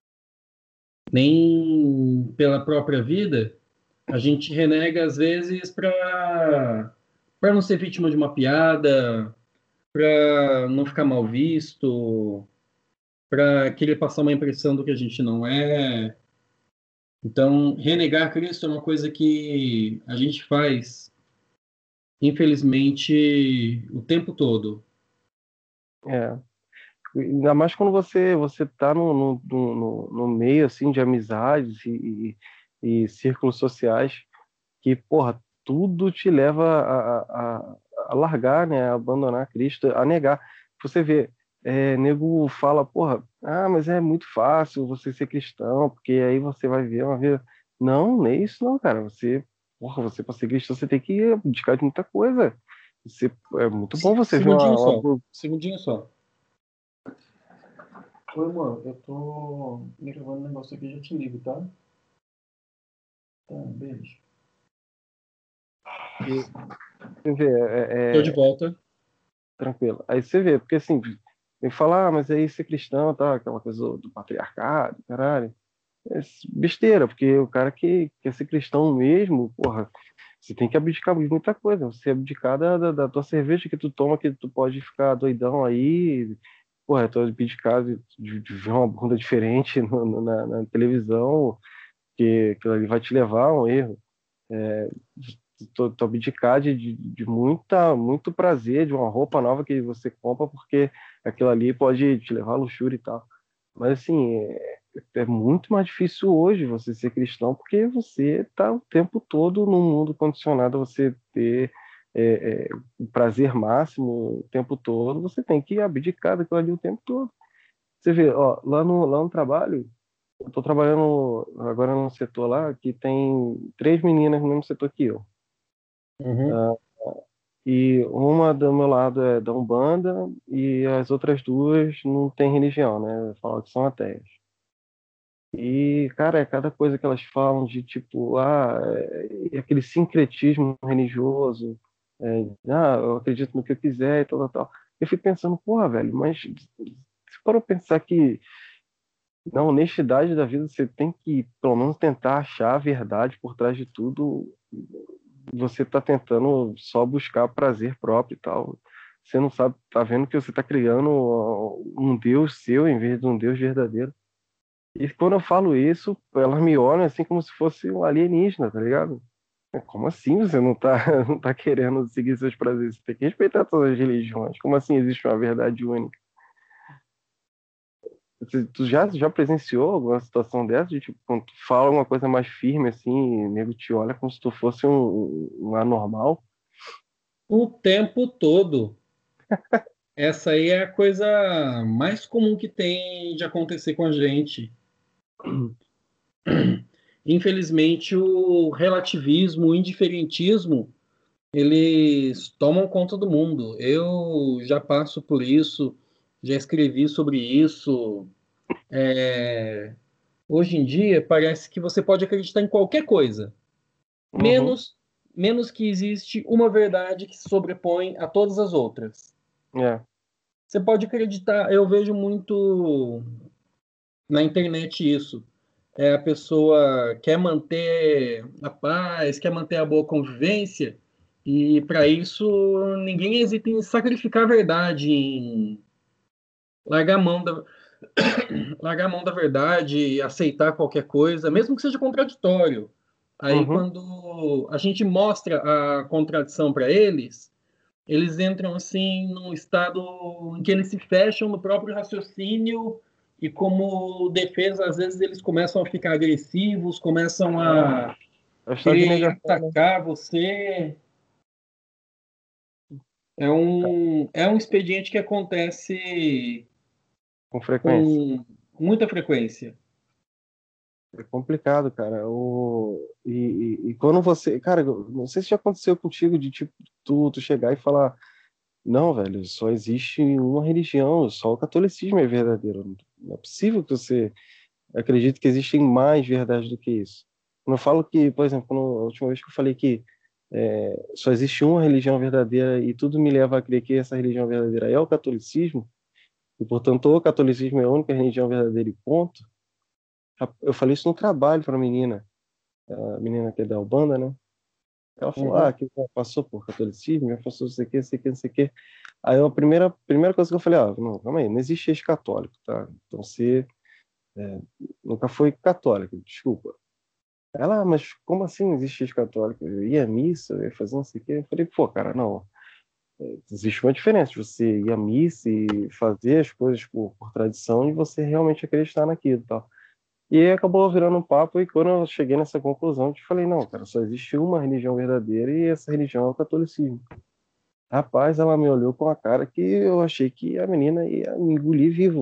nem pela própria vida, a gente renega às vezes para para não ser vítima de uma piada, para não ficar mal visto, para querer passar uma impressão do que a gente não é. Então, renegar Cristo é uma coisa que a gente faz, infelizmente, o tempo todo. é. Ainda mais quando você você tá no, no, no, no meio assim de amizades e, e, e círculos sociais que, porra, tudo te leva a, a, a largar, né, a abandonar Cristo, a negar. Você vê, é, nego fala, porra, ah, mas é muito fácil você ser cristão, porque aí você vai ver uma vida. Não, não é isso não, cara. Você, porra, você para ser cristão, você tem que abdicar de muita coisa. Você, é muito bom você ver Segundinho uma, só. uma... Segundinho só. Oi, amor, eu tô me gravando um negócio aqui, já te ligo, tá? Tá, beijo. Você vê, Tô de é, é, volta. tranquilo. Aí você vê, porque assim, me fala, ah, mas aí ser cristão, tá, aquela coisa do, do patriarcado, caralho. É besteira, porque o cara que quer ser cristão mesmo, porra, você tem que abdicar de muita coisa. Você abdicar da, da, da tua cerveja que tu toma, que tu pode ficar doidão aí, porra, tu abdicar de, de, de ver uma bunda diferente no, no- na, na televisão, que aquilo ali vai te levar a um erro. Tu, tu abdicar de, de, de muita, muito prazer, de uma roupa nova que você compra, porque aquilo ali pode te levar à luxúria e tal. Mas assim, é, é muito mais difícil hoje você ser cristão, porque você está o tempo todo num mundo condicionado a você ter é, é, o prazer máximo o tempo todo, você tem que abdicar daquilo ali o tempo todo. Você vê, ó, lá no, lá no trabalho, eu estou trabalhando agora num setor lá que tem três meninas no mesmo setor que eu. Uhum. Ah, e uma do meu lado é da Umbanda e as outras duas não têm religião, né? Falam que são ateias. E, cara, é cada coisa que elas falam de tipo, ah, é, é aquele sincretismo religioso, é, ah, eu acredito no que eu quiser e tal, tal, tal. Eu fico pensando, porra, velho, mas se for pensar que na honestidade da vida você tem que, pelo menos, tentar achar a verdade por trás de tudo, você está tentando só buscar prazer próprio e tal. Você não sabe, tá vendo que você está criando um Deus seu em vez de um Deus verdadeiro. E quando eu falo isso, elas me olham assim como se fosse um alienígena, tá ligado? É, como assim você não tá, não tá querendo seguir seus prazeres? Você tem que respeitar todas as religiões. Como assim existe uma verdade única? Você- Tu já, já presenciou alguma situação dessa? De, tipo, quando tu fala uma coisa mais firme assim, o nego te olha como se tu fosse um, um anormal? O tempo todo. Essa aí é a coisa mais comum que tem de acontecer com a gente. Infelizmente, o relativismo, o indiferentismo, eles tomam conta do mundo. Eu já passo por isso, já escrevi sobre isso. É, Hoje em dia, parece que você pode acreditar em qualquer coisa, Uhum, menos, menos que existe uma verdade que se sobrepõe a todas as outras. é. Você pode acreditar, eu vejo muito na internet isso. É, a pessoa quer manter a paz, quer manter a boa convivência, e para isso ninguém hesita em sacrificar a verdade, em largar a mão da, largar a mão da verdade e aceitar qualquer coisa, mesmo que seja contraditório. Aí, Uhum. quando a gente mostra a contradição para eles, eles entram assim num estado em que eles se fecham no próprio raciocínio e como defesa, às vezes eles começam a ficar agressivos, começam É, a é o estado de querer negação, né? atacar você. É um, é um expediente que acontece Com frequência. com muita frequência. É complicado, cara. O... E, e, e quando você. Cara, eu não sei se já aconteceu contigo de tipo, tu, tu chegar e falar. Não, velho, só existe uma religião, só o catolicismo é verdadeiro. Não é possível que você acredite que existem mais verdades do que isso. Quando eu falo que, por exemplo, quando, a última vez que eu falei que é, só existe uma religião verdadeira e tudo me leva a crer que essa religião verdadeira é o catolicismo, e portanto o catolicismo é a única religião verdadeira e ponto, eu falei isso no trabalho para a menina, a menina que é da Ubanda, né? Ela falou, ah, Uhum. que passou por catolicismo, já passou não sei o que, não sei o que, não sei o que. Aí a primeira, primeira coisa que eu falei, ah, não, calma aí, não existe ex-católico, tá? Então você é, nunca foi católico, desculpa. Ela, ah, mas como assim não existe ex-católico? Eu ia à missa, eu ia fazer não sei o que. Eu falei, pô, cara, não. Existe uma diferença de você ir à missa e fazer as coisas por, por tradição e você realmente acreditar naquilo e tal. E aí acabou virando um papo, e quando eu cheguei nessa conclusão, eu te falei, não, cara, só existe uma religião verdadeira e essa religião é o catolicismo. Rapaz, ela me olhou com a cara que eu achei que a menina ia me engolir vivo.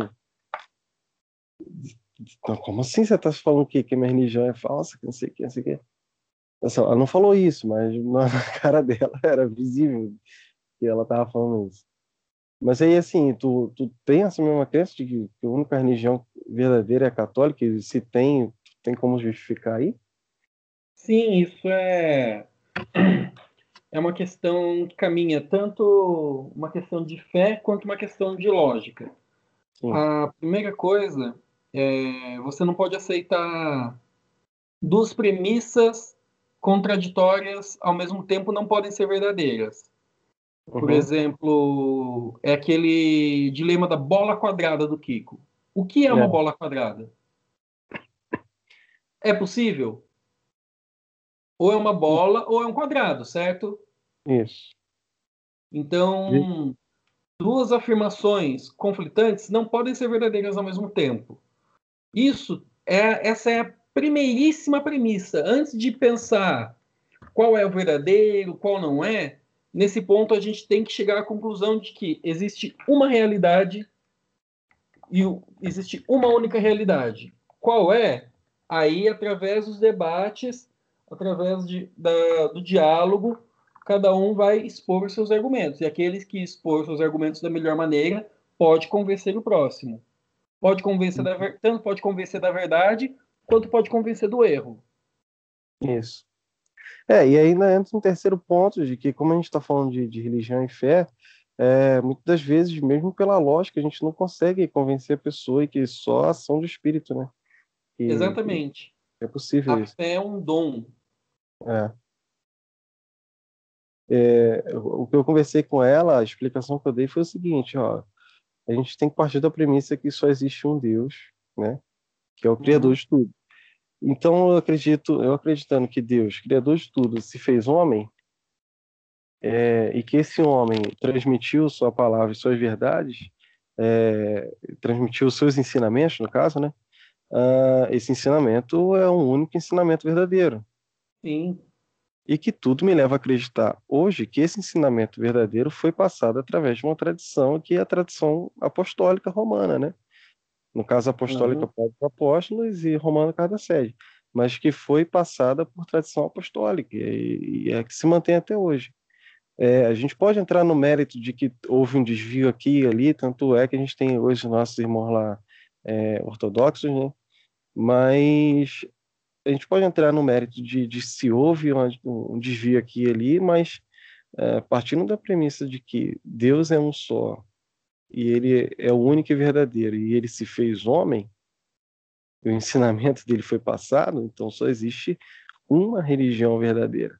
Então, como assim você tá falando que, que a minha religião é falsa, que não sei o que, não sei o que. Assim, ela não falou isso, mas na cara dela era visível que ela tava falando isso. Mas aí, assim, tu, tu tem essa mesma crença de que, que a única religião verdadeira é a católica, e se tem, tem como justificar aí? Sim, isso é, é uma questão que caminha tanto uma questão de fé quanto uma questão de lógica. Sim. A primeira coisa é você não pode aceitar duas premissas contraditórias ao mesmo tempo não podem ser verdadeiras. Por Uhum. exemplo, é aquele dilema da bola quadrada do Kiko. O que é uma É, bola quadrada? É possível? Ou é uma bola ou é um quadrado, certo? isso. Então, duas afirmações conflitantes não podem ser verdadeiras ao mesmo tempo. Isso é essa é a primeiríssima premissa. Antes de pensar qual é o verdadeiro, qual não é, nesse ponto a gente tem que chegar à conclusão de que existe uma realidade e existe uma única realidade. Qual é? Aí, através dos debates, através de, da, do diálogo, cada um vai expor os seus argumentos. E aqueles que expor seus argumentos da melhor maneira pode convencer o próximo. Pode convencer da, tanto pode convencer da verdade, quanto pode convencer do erro. Isso. É, e aí ainda entra um terceiro ponto de que, como a gente está falando de, de religião e fé, é, muitas das vezes, mesmo pela lógica, a gente não consegue convencer a pessoa e que só a ação do espírito, né? Que, que Exatamente. é possível A isso. fé é um dom. É. É, o que eu conversei com ela, a explicação que eu dei foi o seguinte, ó, a gente tem que partir da premissa que só existe um Deus, né, que é o Criador Uhum. de tudo. Então eu acredito, eu acreditando que Deus, Criador de tudo, se fez homem, é, e que esse homem transmitiu sua palavra e suas verdades, é, transmitiu seus ensinamentos, no caso, né? Ah, esse ensinamento é um único ensinamento verdadeiro. Sim. E que tudo me leva a acreditar hoje que esse ensinamento verdadeiro foi passado através de uma tradição que é a tradição apostólica romana, né? No caso apostólica Uhum. por apóstolos e romana por causa da sede, mas que foi passada por tradição apostólica e, e é que se mantém até hoje. É, a gente pode entrar no mérito de que houve um desvio aqui e ali, tanto é que a gente tem hoje nossos irmãos lá é, ortodoxos, né? Mas a gente pode entrar no mérito de, de se houve um, um desvio aqui e ali, mas é, partindo da premissa de que Deus é um só e ele é o único e verdadeiro e ele se fez homem, e o ensinamento dele foi passado, então só existe uma religião verdadeira.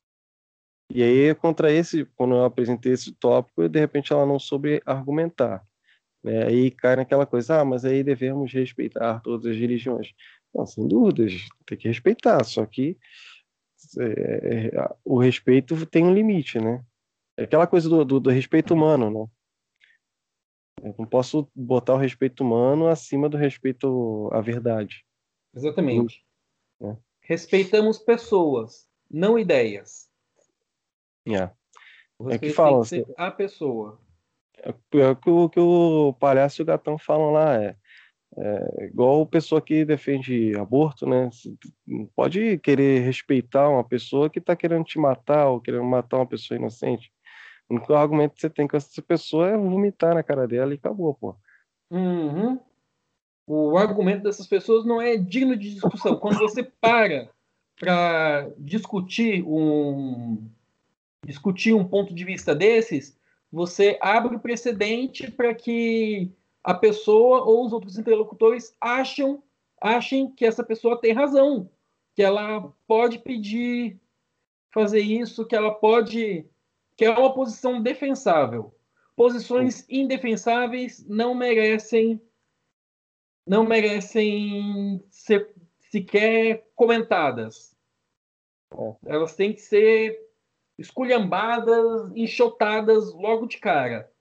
E aí, contra esse, quando eu apresentei esse tópico, de repente ela não soube argumentar, né? Aí cai naquela coisa, ah, mas aí devemos respeitar todas as religiões. Não, sem dúvidas, tem que respeitar, só que é, é, o respeito tem um limite, né? É aquela coisa do, do, do respeito humano, né? Eu não posso botar o respeito humano acima do respeito à verdade. Não, Exatamente. né? Respeitamos pessoas, não ideias. É. O É que respeito tem falam, que assim, ser a pessoa. é o que o, que o palhaço e o gatão falam lá, é, é igual a pessoa que defende aborto, né? Você não pode querer respeitar uma pessoa que está querendo te matar ou querendo matar uma pessoa inocente. O único argumento que você tem com essa pessoa é vomitar na cara dela e acabou, pô. Uhum. O argumento dessas pessoas não é digno de discussão. Quando você para para discutir um, discutir um ponto de vista desses, você abre o precedente para que a pessoa ou os outros interlocutores acham, achem que essa pessoa tem razão, que ela pode pedir fazer isso, que ela pode, que é uma posição defensável. Posições indefensáveis não merecem não merecem ser sequer comentadas. É, Elas têm que ser esculhambadas, enxotadas logo de cara.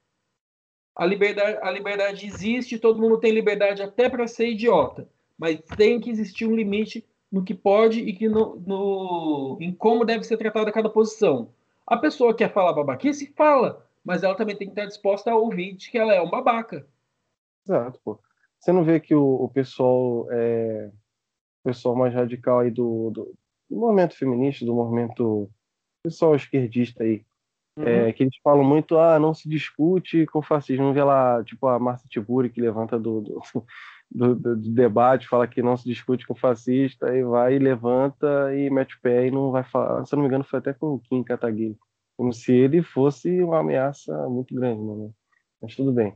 A liberdade, a liberdade existe, todo mundo tem liberdade até para ser idiota, mas tem que existir um limite no que pode e que no, no, em como deve ser tratada cada posição. A pessoa que quer falar babaquice, fala, mas ela também tem que estar disposta a ouvir de que ela é um babaca. exato, pô. Você não vê que o, o pessoal, é, o pessoal mais radical aí do, do, do movimento feminista, do movimento pessoal esquerdista aí, é, Uhum. que eles falam muito, ah, não se discute com fascismo. Não vê lá, tipo, a Márcia Tiburi que levanta do, do, do, do debate, fala que não se discute com fascista, aí vai, levanta e mete o pé e não vai falar. Se eu não me engano, foi até com o Kim Kataguiri. Como se ele fosse uma ameaça muito grande, né? Mas tudo bem.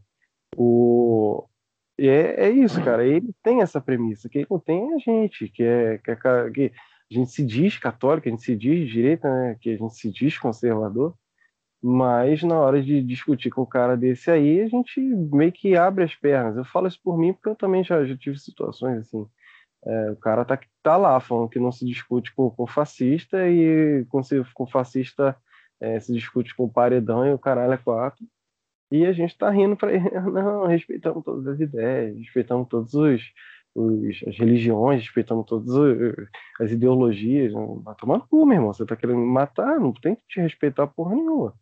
O... E é, é isso, cara. Ele tem essa premissa. Quem não tem é a gente, que é, que é ca- que a gente se diz católico, a gente se diz de direita, né? Que a gente se diz conservador, mas na hora de discutir com um cara desse aí, a gente meio que abre as pernas. Eu falo isso por mim porque eu também já, já tive situações assim. É, o cara tá, tá lá falando que não se discute com, com fascista e com, se, com fascista é, se discute com paredão e o caralho é quatro. E a gente tá rindo para ele. Não, respeitamos todas as ideias, respeitamos todos os, os as religiões, respeitamos todas os- as ideologias. Vai tomar no cu, meu irmão. Você tá querendo me matar? Não tem que te respeitar porra nenhuma.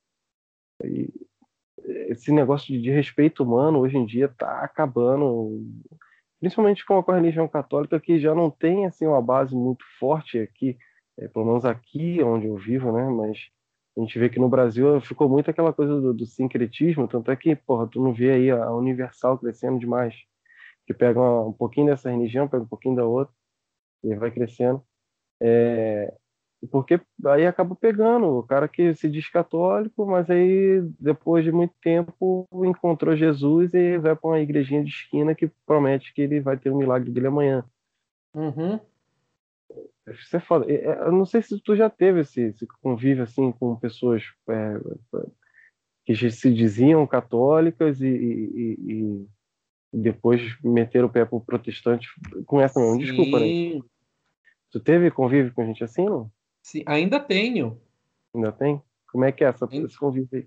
Esse negócio de, de respeito humano hoje em dia está acabando, principalmente com a, com a religião católica, que já não tem assim uma base muito forte aqui, é, pelo menos aqui onde eu vivo, né? Mas a gente vê que no Brasil ficou muito aquela coisa do, do sincretismo, tanto é que, porra, tu não vê aí a Universal crescendo demais, que pega uma- um pouquinho dessa religião, pega um pouquinho da outra, e vai crescendo. Porque aí acaba pegando o cara que se diz católico, mas aí depois de muito tempo encontrou Jesus e vai para uma igrejinha de esquina que promete que ele vai ter um milagre dele amanhã. Uhum. Acho que isso é foda. É, é, Eu não sei se tu já teve esse, esse convívio assim com pessoas é, que já se diziam católicas e, e, e- e depois meteram o pé pro protestante com essa mesma desculpa, né? Sim, Tu teve convívio com gente assim, não? sim, ainda tenho. Ainda tem? Como é que é essa, Ain- esse convívio aí?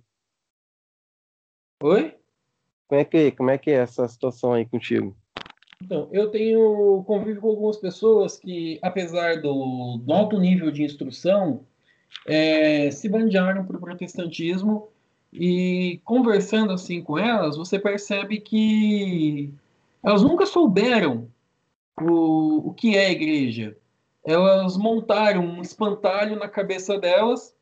Oi? Como é que, como é que é essa situação aí contigo? Então, eu tenho convívio com algumas pessoas que, apesar do, do alto nível de instrução, é, se bandearam para o protestantismo e conversando assim com elas, você percebe que elas nunca souberam o, o que é a igreja. Elas montaram um espantalho na cabeça delas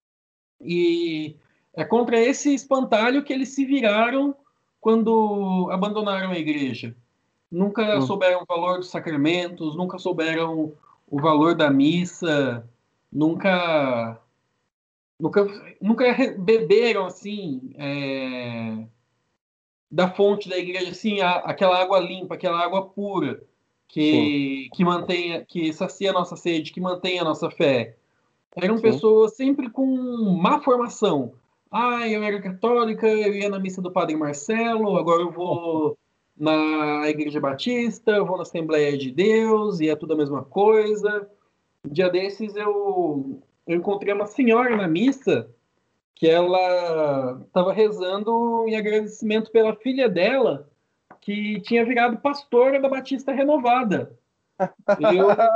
e é contra esse espantalho que eles se viraram quando abandonaram a igreja. Nunca Hum, souberam o valor dos sacramentos, nunca souberam o valor da missa, nunca nunca, nunca beberam assim é, da fonte da igreja, assim, a, aquela água limpa, aquela água pura sim, que, que mantém, que sacia a nossa sede, que mantém a nossa fé. Eram sim. pessoas sempre com má formação. Ah, eu era católica, eu ia na missa do Padre Marcelo, agora eu vou na Igreja Batista, eu vou na Assembleia de Deus, e é tudo a mesma coisa. Um dia desses eu, eu encontrei uma senhora na missa que ela estava rezando em agradecimento pela filha dela, que tinha virado pastora da Batista Renovada. Eu,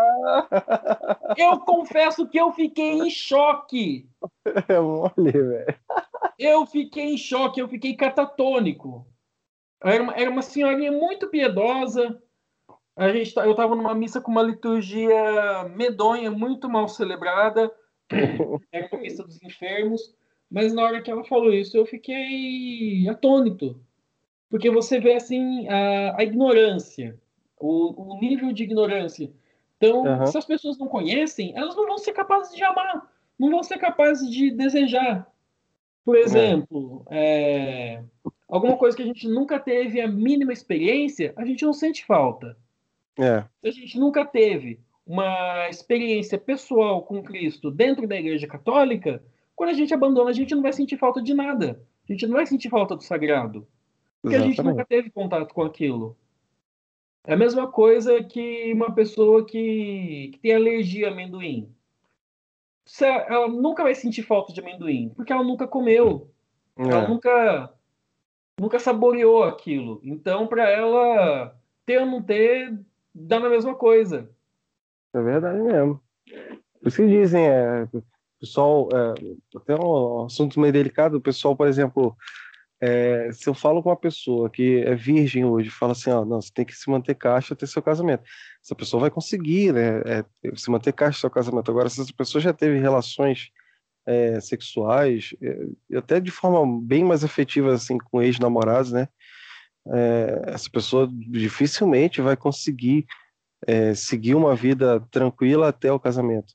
eu confesso que eu fiquei em choque. É mole, velho. Eu fiquei em choque, eu fiquei catatônico. Era uma, era uma senhorinha muito piedosa. A gente, tá, eu estava numa missa com uma liturgia medonha, muito mal celebrada. Era uma missa dos enfermos. Mas na hora que ela falou isso, eu fiquei atônito. Porque você vê assim a, a ignorância, o, o nível de ignorância. Então, Aham, se as pessoas não conhecem, elas não vão ser capazes de amar, não vão ser capazes de desejar. Por é, exemplo, é, alguma coisa que a gente nunca teve a mínima experiência, a gente não sente falta. é, Se a gente nunca teve uma experiência pessoal com Cristo dentro da Igreja Católica, quando a gente abandona, a gente não vai sentir falta de nada. A gente não vai sentir falta do sagrado, porque a gente nunca exatamente. teve contato com aquilo. É a mesma coisa que uma pessoa que, que tem alergia a amendoim. Se ela, ela nunca vai sentir falta de amendoim, porque ela nunca comeu, ela É, nunca, nunca saboreou aquilo. Então, para ela, ter ou não ter, dá na mesma coisa. é verdade mesmo. Por isso que dizem, é, o pessoal, é, até um assunto meio delicado, o pessoal, por exemplo, é, se eu falo com uma pessoa que é virgem hoje, fala assim, ó, não, você tem que se manter casto até seu casamento. Essa pessoa vai conseguir, né, é, se manter casto até seu casamento. Agora, se essa pessoa já teve relações é, sexuais, é, e até de forma bem mais afetiva, assim, com ex-namorados, né, é, essa pessoa dificilmente vai conseguir é, seguir uma vida tranquila até o casamento.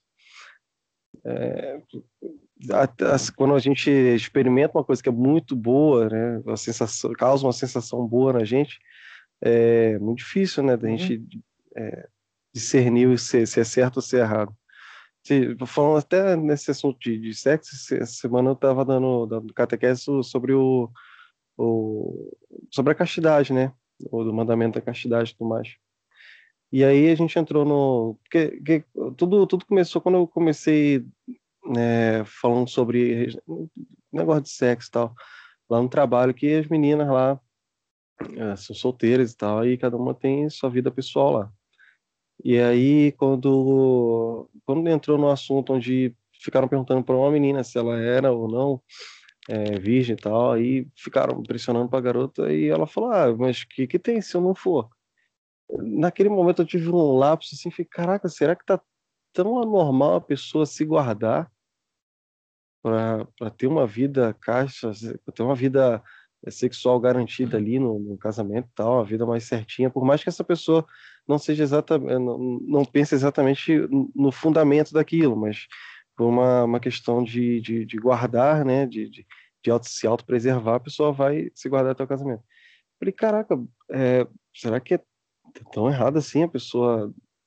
Até, assim, quando a gente experimenta uma coisa que é muito boa, né, uma sensação, causa uma sensação boa na gente, é muito difícil, né, da Uhum. gente é, discernir se, se é certo ou se é errado. Se, falando até nesse assunto de, de sexo, essa semana eu estava dando, dando catequese sobre o, o sobre a castidade, né, o do mandamento da castidade e tudo mais. E aí a gente entrou no. Porque, que- tudo, tudo começou quando eu comecei, né, falando sobre negócio de sexo e tal. Lá no trabalho, que as meninas lá eh, são solteiras e tal, e cada uma tem sua vida pessoal lá. E aí, quando, quando entrou no assunto onde ficaram perguntando para uma menina se ela era ou não eh, virgem e tal, aí ficaram pressionando para a garota, e ela falou: Ah, mas o que, que tem se eu não for? Naquele momento eu tive um lapso assim, fiquei, caraca, será que tá tão anormal a pessoa se guardar para ter uma vida caixa, ter uma vida eh, sexual garantida ali no, no casamento e tal, uma vida mais certinha, por mais que essa pessoa não seja exatamente, não, não pense exatamente no fundamento daquilo, mas por uma, uma questão de, de, de guardar, né, de, de, de auto, se autopreservar, a pessoa vai se guardar até o casamento. Falei, caraca, é, será que é tão errado assim a pessoa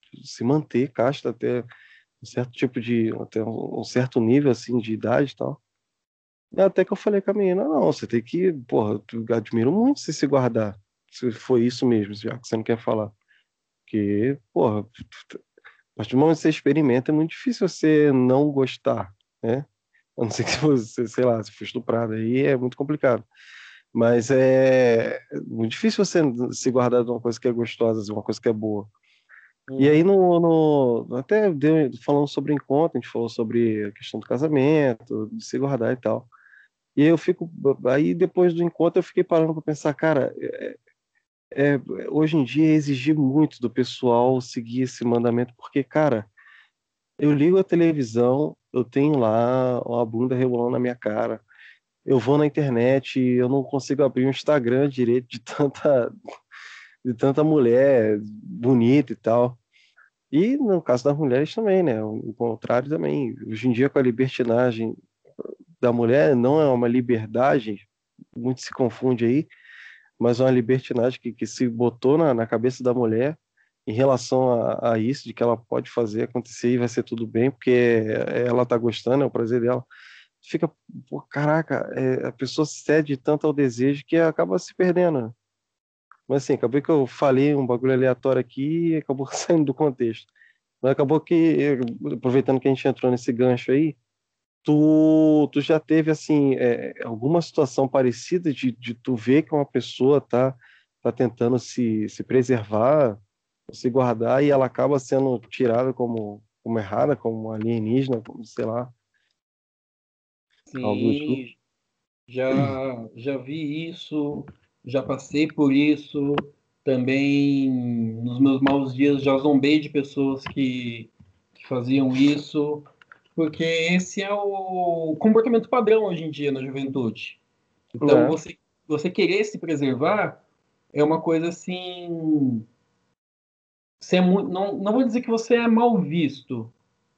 se manter casta até um certo tipo de, até um, um certo nível, assim, de idade e tal. E até que eu falei com a menina, não, você tem que, porra, eu admiro muito você se guardar, se foi isso mesmo, já que você não quer falar. Porque, porra, a partir do momento que você experimenta, é muito difícil você não gostar, né? A não ser que você, sei lá, se for estuprado, aí é muito complicado. Mas é muito difícil você se guardar de uma coisa que é gostosa, de uma coisa que é boa. E aí, Uhum. no, no até deu, falando sobre encontro, a gente falou sobre a questão do casamento, de se guardar e tal. E aí eu fico, aí depois do encontro eu fiquei parando para pensar, cara, é, hoje em dia é exigir muito do pessoal seguir esse mandamento, porque, cara, eu ligo a televisão, eu tenho lá uma bunda rebolando na minha cara. Eu vou na internet, eu não consigo abrir o Instagram direito de tanta, de tanta mulher bonita e tal. E no caso das mulheres também, né? O contrário também. Hoje em dia, com a libertinagem da mulher, não é uma liberdade, muito se confunde aí, mas é uma libertinagem que, que se botou na, na cabeça da mulher em relação a, a isso, de que ela pode fazer acontecer e vai ser tudo bem, porque ela tá gostando, é o prazer dela. Fica, pô, caraca, é, a pessoa cede tanto ao desejo que acaba se perdendo. Mas assim, acabou que eu falei um bagulho aleatório aqui e acabou saindo do contexto. Mas acabou que, aproveitando que a gente entrou nesse gancho aí, tu, tu já teve, assim, é, alguma situação parecida de, de tu ver que uma pessoa tá, tá tentando se, se preservar, se guardar, e ela acaba sendo tirada como, como errada, como alienígena, como, sei lá, algo do tipo? Sim, já, já vi isso, já passei por isso. Também, nos meus maus dias, já zombei de pessoas que, que faziam isso, porque esse é o comportamento padrão hoje em dia na juventude. Então, Né? você, você querer se preservar é uma coisa assim. Você é muito, não, não vou dizer que você é mal visto,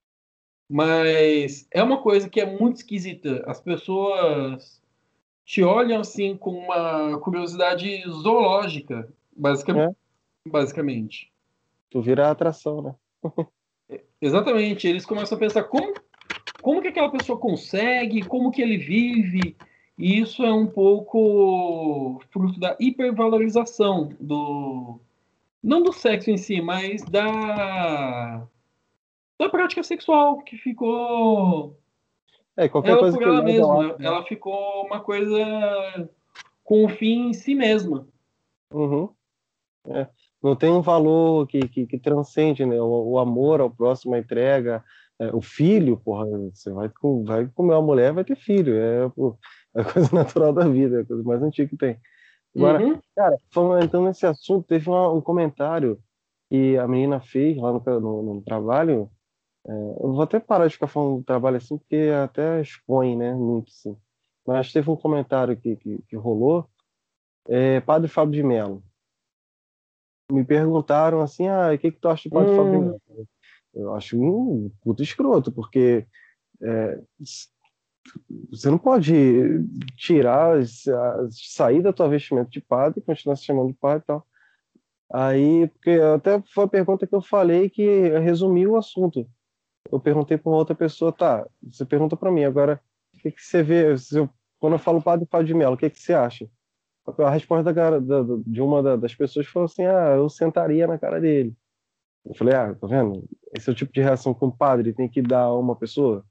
mas é uma coisa que é muito esquisita. As pessoas te olham assim com uma curiosidade zoológica, basic, É, basicamente. tu vira a atração, né? Exatamente. Eles começam a pensar como, como que aquela pessoa consegue, como que ele vive. E isso é um pouco fruto da hipervalorização do, não do sexo em si, mas da, da prática sexual, que ficou É, qualquer ela coisa por que ela leva ao mesma. ato, né? Ela ficou uma coisa com um fim em si mesma. Uhum, é. Não tem um valor que, que, que transcende, né? O, o amor ao próximo, a entrega, é, o filho, porra, você vai, com, vai comer uma mulher, vai ter filho, é, pô, é a coisa natural da vida, é a coisa mais antiga que tem. Agora, Uhum. cara, falando então nesse assunto, teve uma- um comentário que a menina fez lá no, no, no trabalho. Eu vou até parar de ficar falando do trabalho assim, porque até expõe, né, muito, sim. Mas teve um comentário que, que, que rolou, é, Padre Fábio de Mello. Me perguntaram assim, ah, o que que tu acha do Padre Fábio de Hum, Mello? Eu acho um puto escroto, porque é, você não pode tirar, sair da tua vestimenta de padre e continuar se chamando de padre e tal. Aí, porque até foi a pergunta que eu falei que resumiu o assunto. Eu perguntei para uma outra pessoa, tá, você pergunta para mim, agora, o que que você vê, se eu- quando eu falo Padre Fábio de Mello, o que que você acha? A resposta da, cara- da- da- de uma da- das pessoas foi assim, ah, eu sentaria na cara dele. Eu falei, ah, tá vendo? Esse é o tipo de reação que um padre tem que dar a uma pessoa.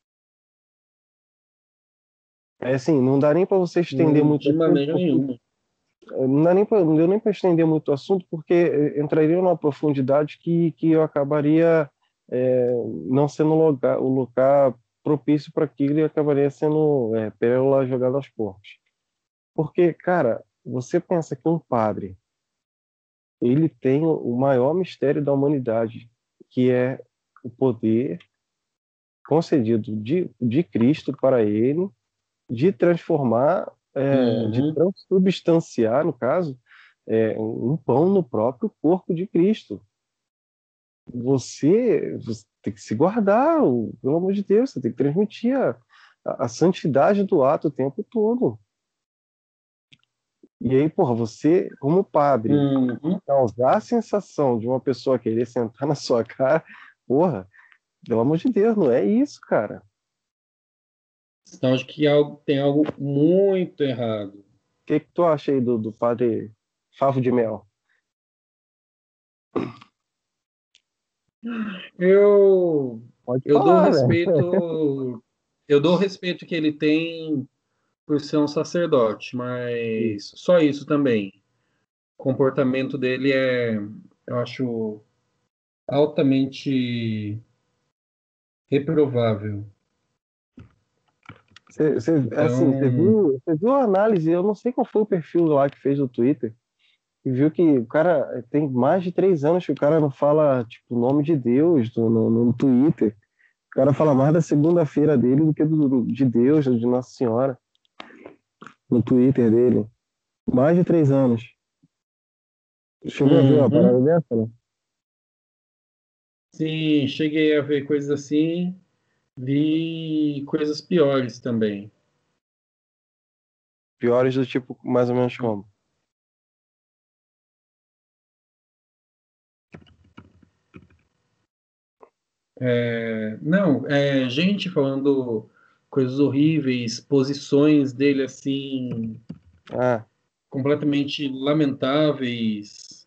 É assim, não dá nem para você estender hum, muito o de assunto, maneira porque nenhuma. não dá nem pra, não deu nem para estender muito o assunto, porque eh, entraria numa profundidade que, que eu acabaria é, não sendo o lugar, o lugar propício para aquilo e acabaria sendo é, pérola jogada aos porcos. Porque, cara, você pensa que um padre, ele tem o maior mistério da humanidade, que é o poder concedido de, de Cristo para ele, de transformar, é, de Uhum. transubstanciar, no caso, é, um pão no próprio corpo de Cristo. Você, você tem que se guardar, o- pelo amor de Deus, você tem que transmitir a, a, a santidade do ato o tempo todo. E aí, porra, você, como padre, Uhum. causar a sensação de uma pessoa querer sentar na sua cara, porra, pelo amor de Deus, não é isso, cara. Sinal de que algo, tem algo muito errado. O que que tu acha aí do, do padre Favo de Mel? Eu, Pode eu dou falar, velho. respeito, eu dou o respeito que ele tem por ser um sacerdote, mas só isso também. O comportamento dele é, eu acho, altamente reprovável. Você, você, assim, você Então, viu, você viu a análise, eu não sei qual foi o perfil lá que fez o Twitter, e viu que o cara tem mais de três anos que o cara não fala, tipo, o nome de Deus no, no, no Twitter. O cara fala mais da segunda-feira dele do que do, de Deus, de Nossa Senhora, no Twitter dele. Mais de três anos. Chegou a ver uma parada uhum, dessa, né? sim, cheguei a ver coisas assim, vi coisas piores também. Piores do tipo, mais ou menos como. É, não, é, gente falando coisas horríveis, posições dele assim, Ah, completamente lamentáveis.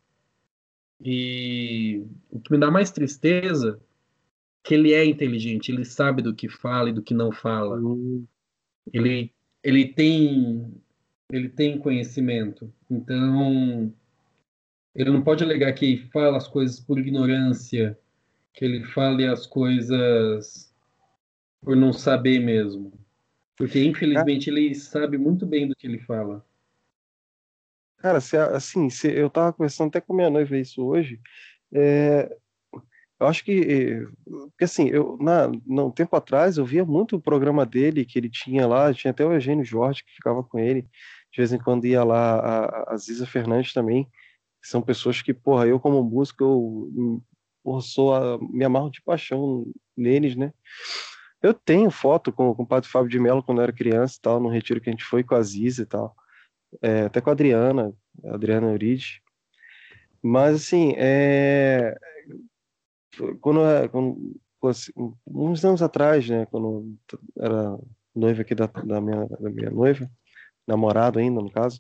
E o que me dá mais tristeza é que ele é inteligente, ele sabe do que fala e do que não fala. hum, Ele, ele tem, ele tem conhecimento. Então, ele não pode alegar que fala as coisas por ignorância, que ele fale as coisas por não saber mesmo. Porque, ca- infelizmente, ele sabe muito bem do que ele fala. cara, se, assim, se, eu tava conversando até com minha noiva isso hoje. É, eu acho que, eh, porque assim, eu, na, não, um tempo atrás eu via muito o programa dele que ele tinha lá, tinha até o Eugênio Jorge que ficava com ele, de vez em quando ia lá a, a Ziza Fernandes também, que são pessoas que, porra, eu como músico, eu, hum, porra, sou a, me amarro de paixão neles, né? Eu tenho foto com, com o Padre Fábio de Mello quando eu era criança e tal, no retiro que a gente foi com a Ziza e tal, é, até com a Adriana, a Adriana Eurides, mas assim, é, quando, é, quando assim, uns anos atrás, né, quando eu era noiva aqui da, da minha, da minha noiva, namorado ainda, no caso,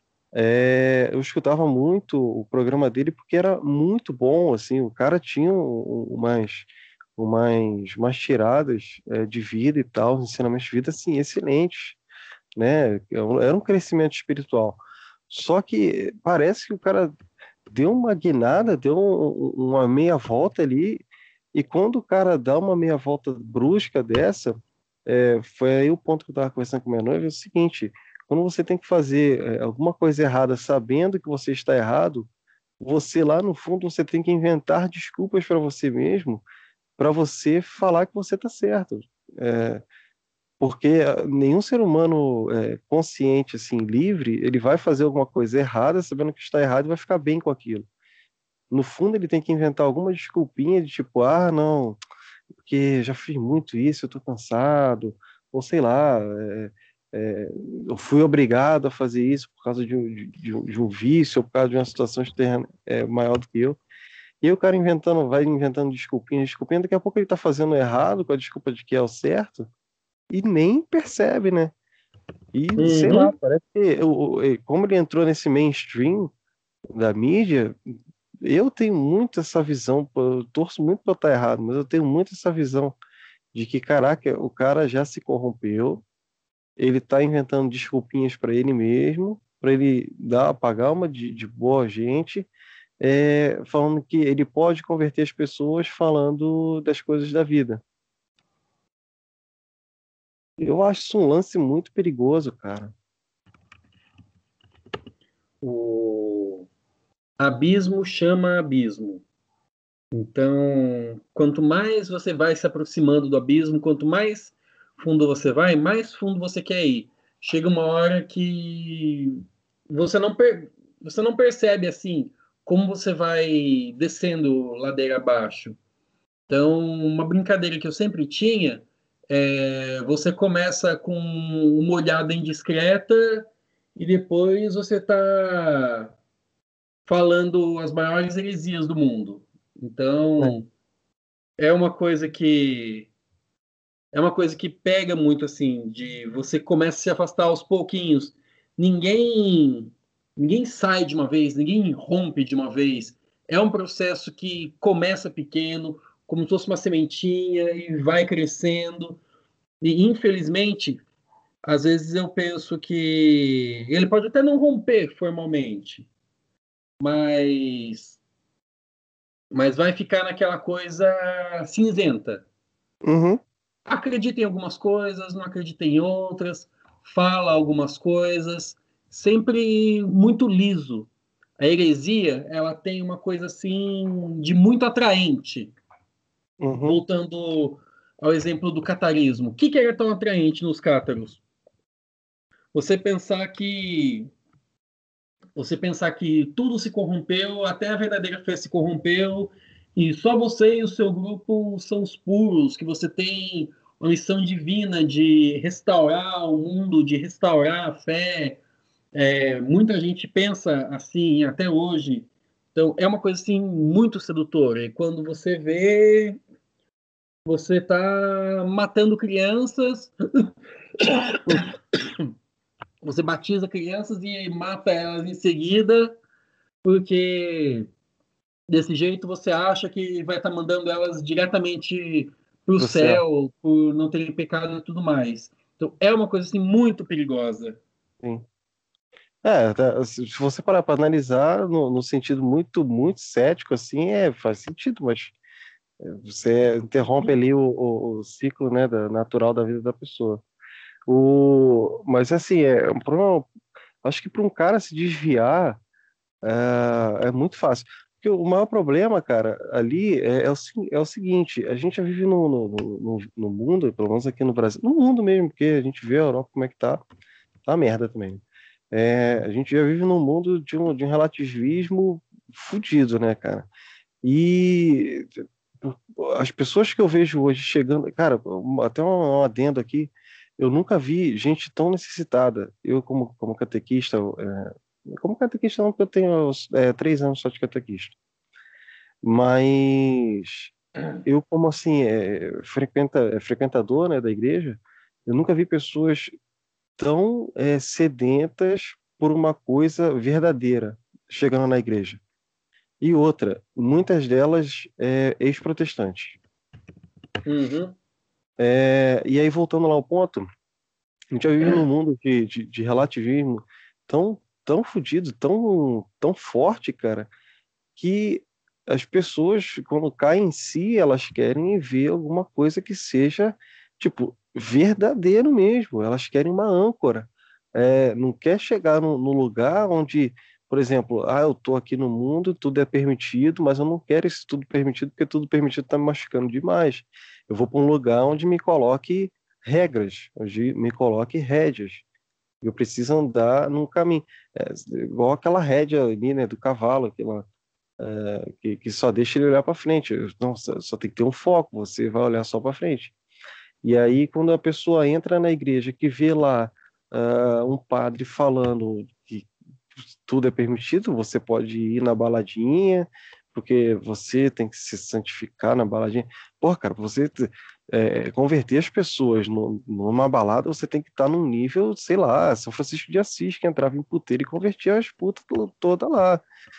é, eu escutava muito o programa dele porque era muito bom, assim, o cara tinha um- um- umas, umas, umas tiradas é, de vida e tal, ensinamentos de vida, assim, excelentes, né, era um crescimento espiritual. Só que parece que o cara deu uma guinada, deu um- um, uma meia volta ali, e quando o cara dá uma meia volta brusca dessa, é, foi aí o ponto que eu estava conversando com minha noiva, é o seguinte, quando você tem que fazer é, alguma coisa errada sabendo que você está errado, você lá no fundo você tem que inventar desculpas para você mesmo, para você falar que você está certo. É, porque ah, nenhum ser humano é, consciente, assim, livre, ele vai fazer alguma coisa errada sabendo que está errado e vai ficar bem com aquilo. No fundo, ele tem que inventar alguma desculpinha de tipo, ah, não, porque já fiz muito isso, eu tô cansado, ou sei lá, é, é, eu fui obrigado a fazer isso por causa de um, de, um, de um vício, ou por causa de uma situação externa é, maior do que eu. E aí o cara inventando, vai inventando desculpinha, desculpinha, daqui a pouco ele tá fazendo errado com a desculpa de que é o certo, e nem percebe, né? E sei lá, Uhum. parece que o- o- como ele entrou nesse mainstream da mídia, eu tenho muito essa visão, pô, eu torço muito para estar errado, mas eu tenho muito essa visão de que, caraca, o cara já se corrompeu, ele tá inventando desculpinhas para ele mesmo, para ele dar, pagar uma de, de boa gente, é, falando que ele pode converter as pessoas falando das coisas da vida. Eu acho isso um lance muito perigoso, cara. O abismo chama abismo. Então, quanto mais você vai se aproximando do abismo, quanto mais fundo você vai, mais fundo você quer ir. Chega uma hora que você não, per... você não percebe assim como você vai descendo ladeira abaixo. Então, uma brincadeira que eu sempre tinha é você começa com uma olhada indiscreta e depois você está falando as maiores heresias do mundo. né? Então, é uma coisa que é uma coisa que pega muito assim, de você começa a se afastar aos pouquinhos. Ninguém ninguém sai de uma vez, ninguém rompe de uma vez. É um processo que começa pequeno, como se fosse uma sementinha e vai crescendo. E infelizmente, às vezes eu penso que ele pode até não romper formalmente, mas mas vai ficar naquela coisa cinzenta. Uhum, Acredita em algumas coisas, não acredita em outras, fala algumas coisas, sempre muito liso. A heresia, ela tem uma coisa assim de muito atraente. uhum, Voltando ao exemplo do catarismo. O que, que era tão atraente nos cátaros? Você pensar que você pensar que tudo se corrompeu, até a verdadeira fé se corrompeu, e só você e o seu grupo são os puros, que você tem uma missão divina de restaurar o mundo, de restaurar a fé. É, muita gente pensa assim até hoje. Então, é uma coisa assim muito sedutora. E quando você vê, você está matando crianças, você batiza crianças e mata elas em seguida, porque desse jeito você acha que vai estar mandando elas diretamente para o pro céu. céu por não terem pecado e tudo mais. Então é uma coisa assim muito perigosa. Sim. É, tá, se se você parar para analisar no, no sentido muito, muito cético, assim, é, faz sentido, mas você interrompe ali o, o, o ciclo, né, da, natural da vida da pessoa. O, mas assim, é, um problema- acho que para um cara se desviar é, é muito fácil. Porque o maior problema, cara, ali é, é o, se- é o seguinte, a gente já vive no, no, no, no mundo, pelo menos aqui no Brasil, no mundo mesmo, porque a gente vê a Europa como é que tá, tá uma merda também. É, a gente já vive num mundo de um, de um relativismo fudido, né, cara? E as pessoas que eu vejo hoje chegando, cara, um- até um, um adendo aqui, eu nunca vi gente tão necessitada. Eu, como, como catequista, é, como catequista não, porque eu tenho é, três anos só de catequista, mas eu, como assim, é, frequenta, é, frequentador, né, da igreja, eu nunca vi pessoas tão é, sedentas por uma coisa verdadeira chegando na igreja. E outra, muitas delas é, ex-protestantes. Uhum. É, e aí, voltando lá ao ponto, a gente já vive num mundo de, de, de relativismo tão, tão fodido, tão, tão forte, cara, que as pessoas, quando caem em si, elas querem ver alguma coisa que seja, tipo, verdadeiro mesmo. Elas querem uma âncora. É, não quer chegar no, no lugar onde, por exemplo, ah, eu tô aqui no mundo, tudo é permitido, mas eu não quero esse tudo permitido, porque tudo permitido tá me machucando demais. Eu vou para um lugar onde me coloque regras, onde me coloque rédeas. Eu preciso andar num caminho. É, igual aquela rédea ali, né, do cavalo, aquela que, que só deixa ele olhar para frente. Não, só, só tem que ter um foco, você vai olhar só para frente. E aí, quando a pessoa entra na igreja, que vê lá uh, um padre falando que tudo é permitido, você pode ir na baladinha, porque você tem que se santificar na baladinha. Pô, cara, você é, converter as pessoas no, numa balada, você tem que estar num nível, sei lá, São Francisco de Assis, que entrava em puteiro e convertia as putas toda lá.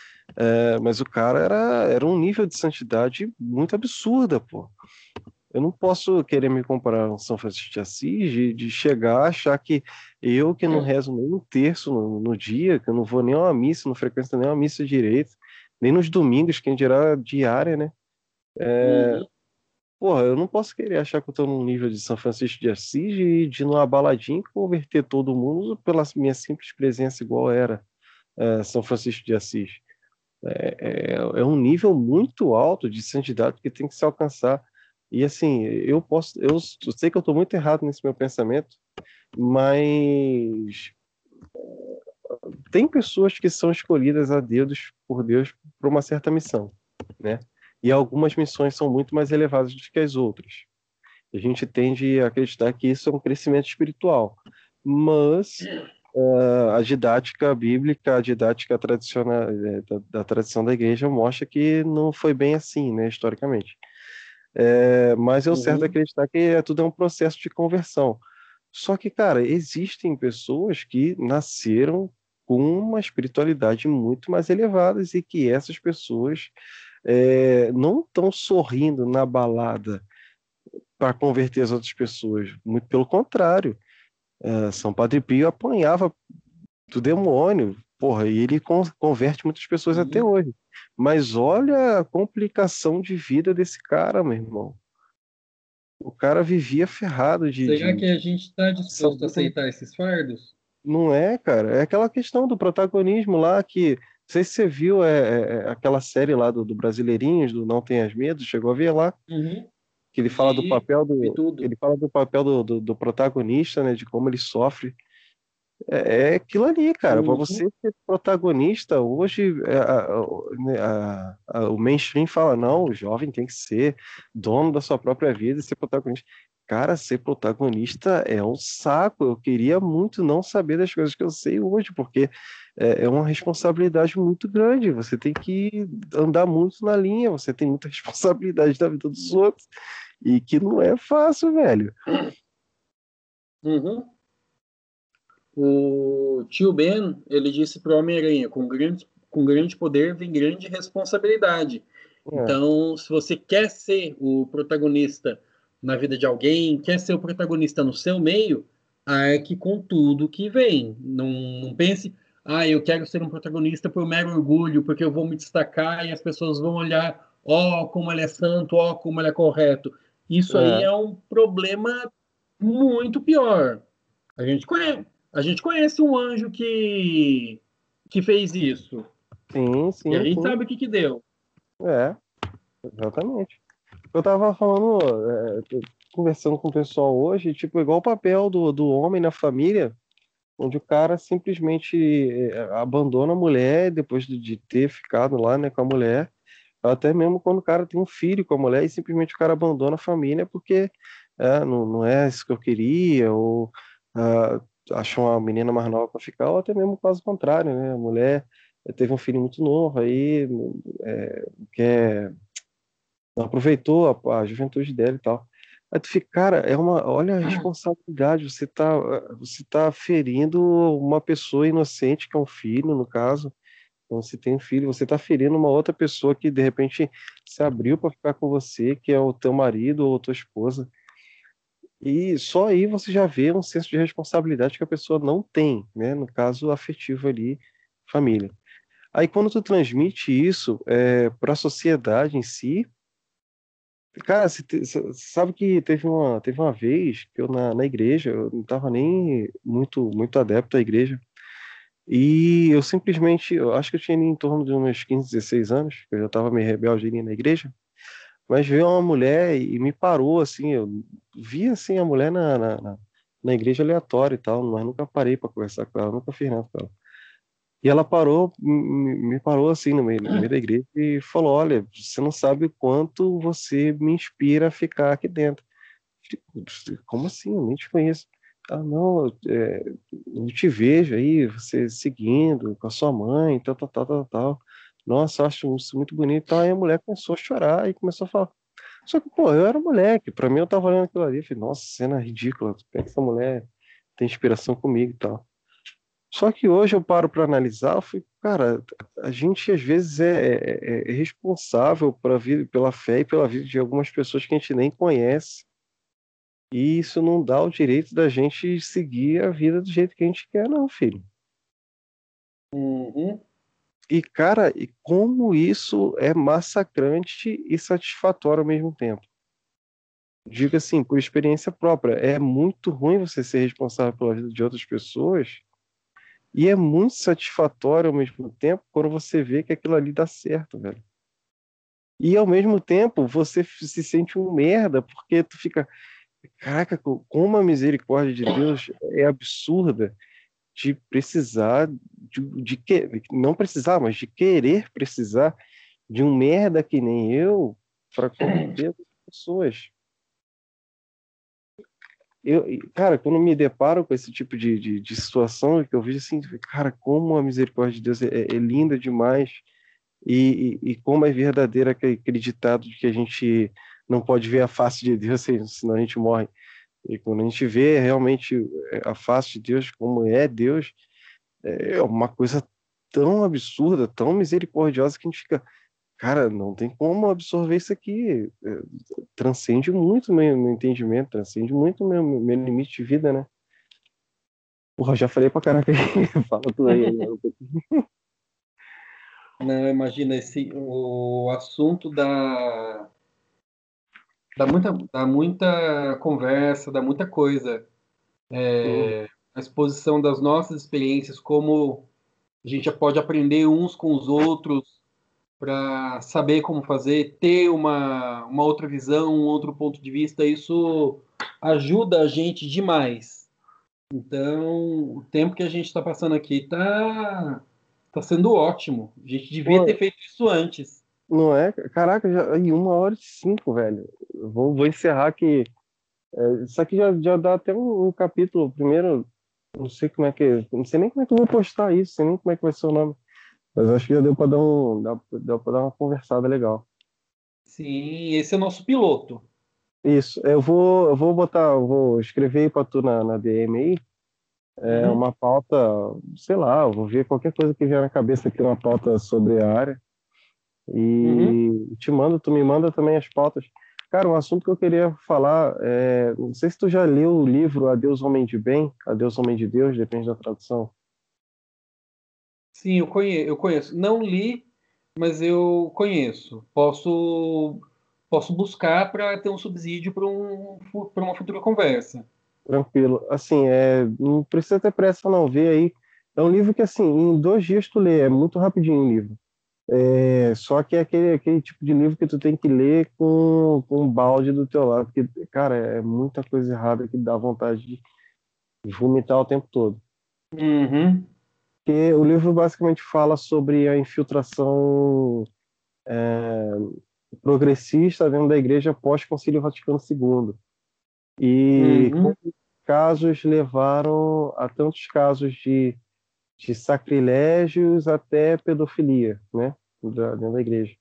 É, mas o cara era, era um nível de santidade muito absurda, pô. Eu não posso querer me comparar com São Francisco de Assis, de, de chegar a achar que eu, que não rezo nem um terço no, no dia, que eu não vou nem a uma missa, não frequento nem uma missa direito, nem nos domingos, quem dirá diária, né? Uhum. Porra, eu não posso querer achar que eu tô num nível de São Francisco de Assis e de ir numa baladinha e converter todo mundo pela minha simples presença igual era é, São Francisco de Assis. É, é, é um nível muito alto de santidade que tem que se alcançar. E assim, eu posso, eu, eu sei que eu estou muito errado nesse meu pensamento, mas tem pessoas que são escolhidas a Deus por Deus para uma certa missão, né? E algumas missões são muito mais elevadas do que as outras. A gente tende a acreditar que isso é um crescimento espiritual, mas a didática bíblica, a didática tradicional é, da, da tradição da igreja mostra que não foi bem assim, né, historicamente. É, mas eu certo Uhum. acreditar que é, tudo é um processo de conversão. Só que, cara, existem pessoas que nasceram com uma espiritualidade muito mais elevada e que essas pessoas é, não estão sorrindo na balada para converter as outras pessoas. Muito pelo contrário. É, São Padre Pio apanhava do demônio, porra, e ele con- converte muitas pessoas até Uhum. hoje. Mas olha a complicação de vida desse cara, meu irmão. O cara vivia ferrado de, Será de, que a de gente está disposto a saúde. aceitar esses fardos? Não é, cara. É aquela questão do protagonismo lá que. Não sei se você viu é, é, é aquela série lá do, do Brasileirinhos, do Não Tenhas Medo, chegou a ver lá, Uhum. que ele fala do Vi, papel vi do. tudo. Ele fala do papel do, do, do protagonista, né? De como ele sofre. É, é aquilo ali, cara. Para Uhum. você ser protagonista, hoje é, a- a- né, a- a- o mainstream fala, não, o jovem tem que ser dono da sua própria vida e ser protagonista. Cara, ser protagonista é um saco. Eu queria muito não saber das coisas que eu sei hoje, porque é, é uma responsabilidade muito grande. Você tem que andar muito na linha, você tem muita responsabilidade da vida dos outros. E que não é fácil, velho. Uhum. O tio Ben, ele disse para o Homem-Aranha, com grande, com grande poder vem grande responsabilidade. É, Então, se você quer ser o protagonista na vida de alguém, quer ser o protagonista no seu meio, arque com tudo que vem. Não, não pense, ah, eu quero ser um protagonista por mero orgulho, porque eu vou me destacar e as pessoas vão olhar, ó, oh, como ele é santo, ó, oh, como ele é correto. Isso aí é. é um problema muito pior. A gente conhece, a gente conhece um anjo que, que fez isso. Sim, E a sim, gente sim. sabe o que que deu. É, exatamente. Eu tava falando, é, tô conversando com o pessoal hoje, tipo, igual o papel do, do homem na família, onde o cara simplesmente é, abandona a mulher depois de, de ter ficado lá, né, com a mulher, até mesmo quando o cara tem um filho com a mulher e simplesmente o cara abandona a família porque é, não, não é isso que eu queria, ou ah, achou uma menina mais nova para ficar, ou até mesmo o caso contrário, né, a mulher teve um filho muito novo, aí é, quer não aproveitou a, a juventude dela e tal. Aí tu fica, cara, é uma, olha a responsabilidade, você tá, você tá ferindo uma pessoa inocente, que é um filho, no caso. Então, você tem um filho, você tá ferindo uma outra pessoa que de repente se abriu para ficar com você, que é o teu marido ou tua esposa. E só aí você já vê um senso de responsabilidade que a pessoa não tem, né? No caso afetivo ali, família. Aí quando tu transmite isso é, para a sociedade em si. Cara, você te- você sabe que teve uma, teve uma vez que eu na, na igreja, eu não estava nem muito, muito adepto à igreja, e eu simplesmente, eu acho que eu tinha ali em torno de uns quinze, dezesseis anos, que eu já estava meio rebelde ali na igreja, mas veio uma mulher e me parou, assim, eu vi assim a mulher na, na, na, na igreja aleatória e tal, mas nunca parei para conversar com ela, nunca fiz nada com ela. E ela parou, me me parou assim no meio, no meio da igreja e falou: Olha, você não sabe o quanto você me inspira a ficar aqui dentro. Falei, como assim? Eu nem te conheço. Ah, não, é, eu te vejo aí, você seguindo com a sua mãe, tal, tal, tal, tal, tal. Nossa, eu acho isso muito bonito. Então, aí a mulher começou a chorar e começou a falar. Só que, pô, eu era moleque, pra mim eu tava olhando aquilo ali, eu falei, nossa, cena ridícula, como é que essa mulher tem inspiração comigo e tal. Só que hoje eu paro para analisar, eu fico, cara, a gente às vezes é, é- é responsável pela vida, pela fé e pela vida de algumas pessoas que a gente nem conhece. E isso não dá o direito da gente seguir a vida do jeito que a gente quer, não, filho. Uhum. E, cara, e como isso é massacrante e satisfatório ao mesmo tempo. Digo assim, por experiência própria, é muito ruim você ser responsável pela vida de outras pessoas. E é muito satisfatório ao mesmo tempo quando você vê que aquilo ali dá certo, velho. E ao mesmo tempo você f- se sente um merda, porque tu fica, caraca, co- como a misericórdia de Deus é absurda de precisar, de, de que, não precisar, mas de querer precisar de um merda que nem eu para converter as pessoas. eu, e, cara, quando me deparo com esse tipo de, de, de situação, é que eu vejo assim, cara, como a misericórdia de Deus é, é linda demais e, e, e como é verdadeira aquele aquele ditado de que a gente não pode ver a face de Deus, senão a gente morre. E quando a gente vê realmente a face de Deus, como é Deus, é uma coisa tão absurda, tão misericordiosa que a gente fica, cara, não tem como absorver isso aqui. É, transcende muito o meu, meu entendimento, transcende muito o meu, meu limite de vida, né? Porra, já falei pra caraca aí. Fala tu aí agora. Não, imagina esse o assunto da dá muita dá muita conversa, dá muita coisa. Hum, A exposição das nossas experiências, como a gente já pode aprender uns com os outros para saber como fazer, ter uma, uma outra visão, um outro ponto de vista, isso ajuda a gente demais. Então, o tempo que a gente está passando aqui está tá sendo ótimo. A gente devia ter pô, feito isso antes. não é? Caraca, já, em uma hora e cinco, velho. Eu Vou, vou encerrar que. É, isso aqui já, já dá até um, um capítulo. Primeiro, não sei como é que. Não sei nem como é que eu vou postar isso, não sei nem como é que vai ser o nome. Mas acho que já deu pra dar um. Dá, deu pra dar uma conversada legal. Sim, esse é o nosso piloto. Isso, eu vou, eu vou botar, eu vou escrever aí pra tu na, na D M aí, é Uhum, uma pauta, sei lá, eu vou ver qualquer coisa que vier na cabeça aqui, uma pauta sobre a área, uhum. e te mando, tu me manda também as pautas. Cara, um assunto que eu queria falar, é, não sei se tu já leu o livro Adeus Homem de Bem, Adeus Homem de Deus, depende da tradução. Sim, eu conheço, eu conheço. Não li, mas eu conheço. Posso, posso buscar para ter um subsídio para um, para uma futura conversa. Tranquilo. Assim, é, não precisa ter pressa não, ver aí. É um livro que, assim, em dois dias tu lê, é muito rapidinho o livro. É, só que é aquele, aquele tipo de livro que tu tem que ler com, com um balde do teu lado, porque, cara, é muita coisa errada que dá vontade de vomitar o tempo todo. Uhum, Porque o livro basicamente fala sobre a infiltração é, progressista dentro da igreja pós-Concílio Vaticano segundo. E uhum. como casos levaram a tantos casos de, de sacrilégios até pedofilia, né, da- dentro da igreja.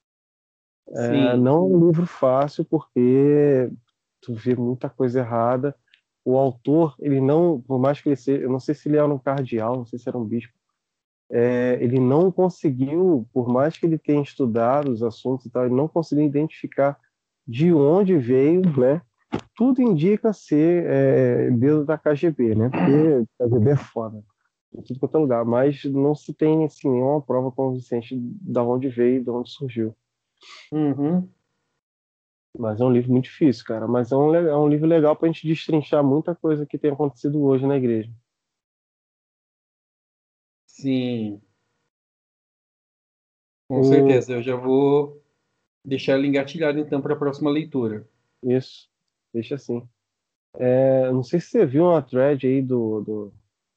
É, Sim. não é um livro fácil, porque tu vê muita coisa errada. O autor, ele não, por mais que ele seja, eu não sei se ele era um cardeal, não sei se era um bispo, é, ele não conseguiu, por mais que ele tenha estudado os assuntos e tal, ele não conseguiu identificar de onde veio, né? Tudo indica ser é, dedo da K G B, né? Porque K G B é foda, em tudo quanto é lugar, mas não se tem assim, nenhuma prova convincente de onde veio e de onde surgiu. Uhum. Mas é um livro muito difícil, cara. Mas é um, le- é um livro legal pra gente destrinchar muita coisa que tem acontecido hoje na igreja. Sim, com O, certeza. Eu já vou deixar ele engatilhado então para a próxima leitura. isso, deixa assim. É, não sei se você viu uma thread aí do, do,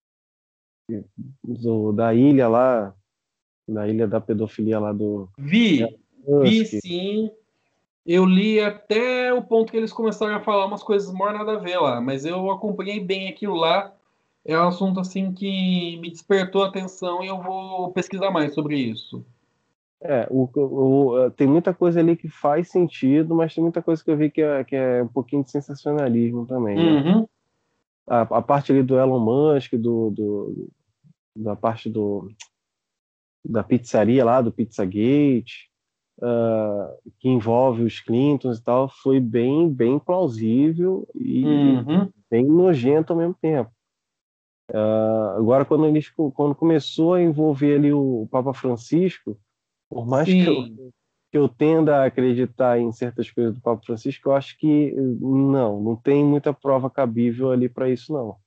do- da ilha lá, da ilha da pedofilia lá do Elon Vi, vi Musk. sim. Eu li até o ponto que eles começaram a falar umas coisas mó nada a ver lá, mas eu acompanhei bem aquilo lá. É um assunto assim que me despertou a atenção e eu vou pesquisar mais sobre isso. É, o, o, tem muita coisa ali que faz sentido, mas tem muita coisa que eu vi que é, que é um pouquinho de sensacionalismo também, né? Uhum, A, a parte ali do Elon Musk, do, do, da parte do, da pizzaria lá, do Pizzagate, ah, que envolve os Clintons e tal, foi bem, bem plausível e uhum, bem nojento ao mesmo tempo. Ah, agora, quando, eles, quando começou a envolver ali o Papa Francisco, por mais que eu, sim. que eu tenda a acreditar em certas coisas do Papa Francisco, eu acho que não, não tem muita prova cabível ali para isso, não.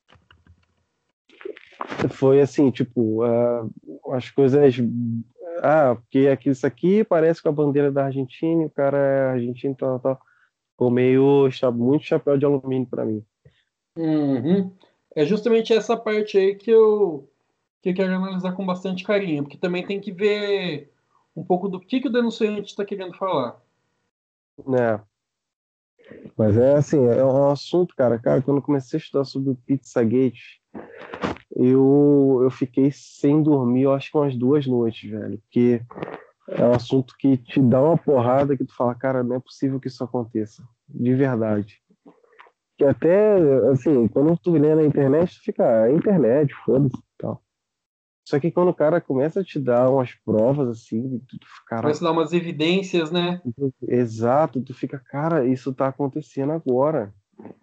Foi assim, tipo, ah, as coisas. Ah, porque aqui, isso aqui parece com a bandeira da Argentina, e o cara é argentino, tal, tal. Ficou meio, cha- muito chapéu de alumínio para mim. Uhum. É justamente essa parte aí que eu, que eu quero analisar com bastante carinho, porque também tem que ver um pouco do que, que o denunciante está querendo falar. Né? Mas é assim, é um assunto, cara. Cara, quando eu comecei a estudar sobre o Pizzagate, eu, eu fiquei sem dormir, eu acho que umas duas noites, velho. Porque é um assunto que te dá uma porrada que tu fala, cara, não é possível que isso aconteça. De verdade. Que até, assim, quando tu lê na internet, tu fica, ah, é internet, foda-se e tal. Só que quando o cara começa a te dar umas provas, assim, tu, tu, cara, Começa a dar umas evidências, né? exato, tu fica, cara, isso tá acontecendo agora.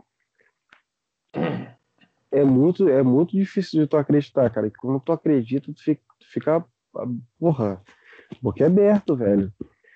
É muito, é muito difícil de tu acreditar, cara. E quando tu acredita, tu fica, tu fica ah, porra, boca aberto, velho.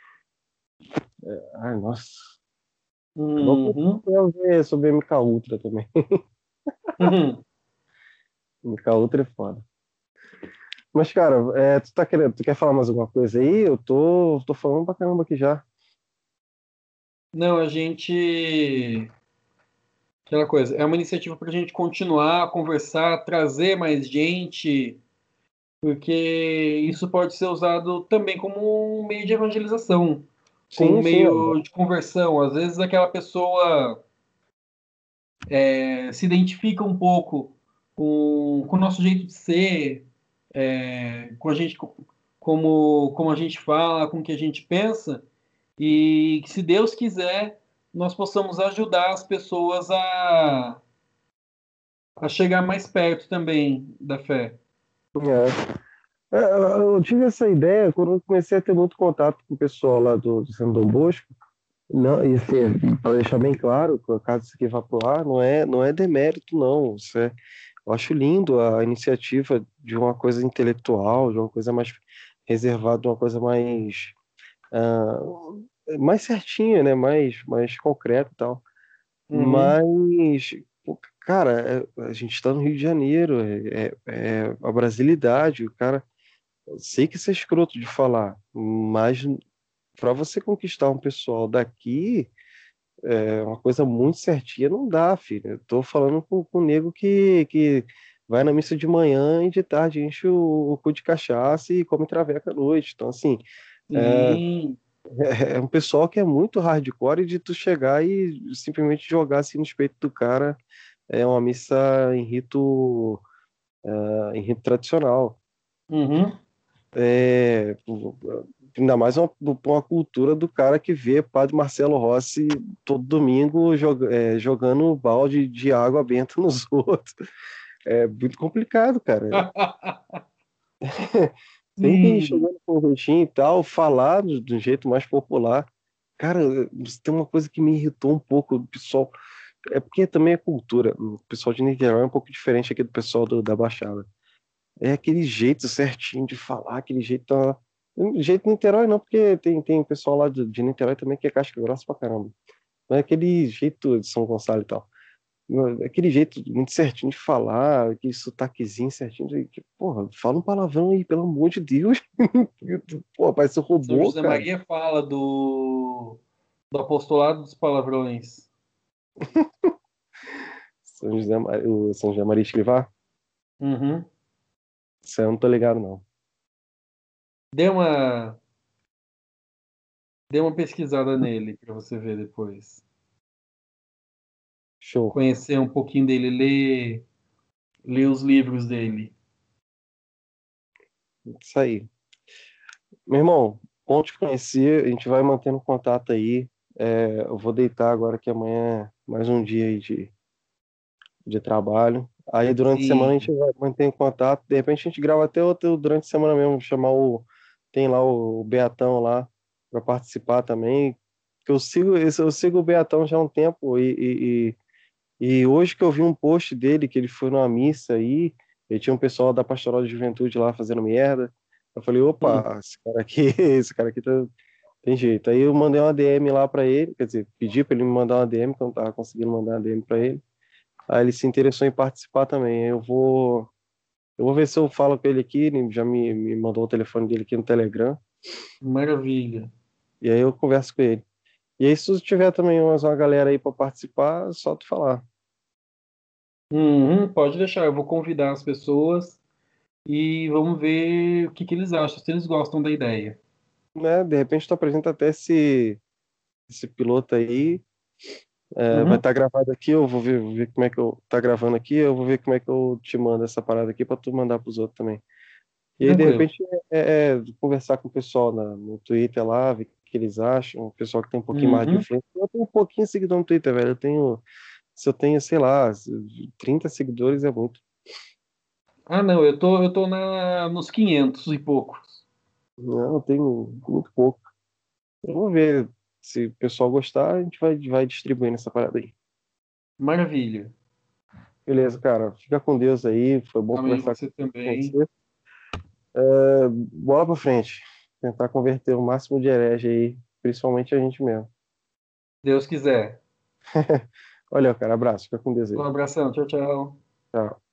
Ai, nossa. Vamos Uhum, ver sobre M K Ultra também. uhum. M K Ultra é foda. Mas, cara, é, tu tá querendo, tu quer falar mais alguma coisa aí? Eu tô, tô falando pra caramba aqui já. Não, a gente. Aquela coisa, é uma iniciativa para a gente continuar a conversar, trazer mais gente, porque isso pode ser usado também como um meio de evangelização, como um Sim, sim, meio de conversão. Às vezes aquela pessoa é, se identifica um pouco com, com o nosso jeito de ser, é, com a gente, como, como a gente fala, com o que a gente pensa, e que, se Deus quiser, nós possamos ajudar as pessoas a a chegar mais perto também da fé. é. É, eu tive essa ideia quando eu comecei a ter muito contato com o pessoal lá do, do Santo Dom Bosco. Não, e assim, para deixar bem claro, caso isso aqui vá pro ar, não é, não é demérito, não. Isso é, eu acho lindo a iniciativa de uma coisa intelectual, de uma coisa mais reservada, de uma coisa mais, ah, mais certinha, né? Mais, mais concreta e tal. Uhum, Mas, pô, cara, é- a gente está no Rio de Janeiro, é, é- é a brasilidade, o cara. Eu sei que isso é escroto de falar, mas para você conquistar um pessoal daqui, é uma coisa muito certinha, não dá, filho. Eu tô falando com, com um nego que, que vai na missa de manhã e de tarde enche o, o cu de cachaça e come traveca à noite. Então, assim, é, sim. é um pessoal que é muito hardcore e de tu chegar e simplesmente jogar assim no peito do cara é uma missa em rito, em rito tradicional. Uhum. É, ainda mais uma, uma cultura do cara que vê Padre Marcelo Rossi todo domingo joga, é, jogando balde de água benta nos outros. É muito complicado, cara. Tem que ir Sim. chegando com o rostinho e tal, falar do, do jeito mais popular. Cara, tem uma coisa que me irritou um pouco, o pessoal. É porque também é cultura. O pessoal de Niterói é um pouco diferente aqui do pessoal do- da Baixada. É aquele jeito certinho de falar, aquele jeito. Tá- jeito Niterói não, porque tem, tem pessoal lá de, de Niterói também que é casca grossa pra caramba. Mas é aquele jeito de São Gonçalo e tal. Aquele jeito muito certinho de falar, aquele sotaquezinho certinho de que, porra, fala um palavrão aí, pelo amor de Deus. Pô, parece um São robô, José cara. Maria fala do, do apostolado dos palavrões. São José, Ma- o São José Maria Escrivá? Uhum. Isso aí eu não tô ligado, não. Dê uma, dê uma pesquisada nele para você ver depois. Show. Conhecer um pouquinho dele, ler, ler os livros dele. Isso aí. Meu irmão, bom te conhecer, a gente vai mantendo contato aí. É, eu vou deitar agora que amanhã é mais um dia aí de, de trabalho. Aí durante a semana a gente Sim. vai manter em contato. De repente a gente grava até outro durante a semana mesmo, chamar o. Tem lá o Beatão lá para participar também. Que eu sigo, esse- eu sigo o Beatão já há um tempo e, e, e, e hoje que eu vi um post dele, que ele foi numa missa aí, e tinha um pessoal da Pastoral de Juventude lá fazendo merda. Eu falei, Hum. opa, esse cara aqui, esse cara aqui tá, tem jeito. Aí eu mandei uma D M lá para ele, quer dizer, pedi para ele me mandar uma D M, que eu não tava conseguindo mandar uma D M para ele. Aí ele se interessou em participar também. Eu vou, eu vou ver se eu falo com ele aqui, ele já me, me mandou o telefone dele aqui no Telegram, Maravilha. e aí eu converso com ele. E aí, se tiver também mais uma galera aí para participar, é só tu falar. Uhum, pode deixar, eu vou convidar as pessoas e vamos ver o que que eles acham, se eles gostam da ideia. Né? De repente tu apresenta até esse, esse piloto aí, É, vai Uhum. estar gravado aqui, eu vou ver, vou ver como é que eu tá gravando aqui, eu vou ver como é que eu te mando essa parada aqui pra tu mandar pros outros também. E aí, de Tranquilo. repente, é, é conversar com o pessoal na- no Twitter lá, ver o que eles acham, o pessoal que tem um pouquinho mais de Uhum. influência. Eu tenho um pouquinho de seguidor no Twitter, velho. Eu tenho, se eu tenho, sei lá, trinta seguidores é muito. Ah, não, eu tô, eu tô na, nos quinhentos e poucos. Não, eu tenho muito pouco. Eu vou ver se o pessoal gostar, a gente vai, vai distribuindo essa parada aí. Maravilha. Beleza, cara. Fica com Deus aí. Foi bom Amém, conversar você com também. você. É, bola pra frente. Tentar converter o máximo de herege aí, principalmente a gente mesmo. Deus quiser. Valeu, cara. Abraço. Fica com Deus Um aí. abração, tchau, tchau. Tchau.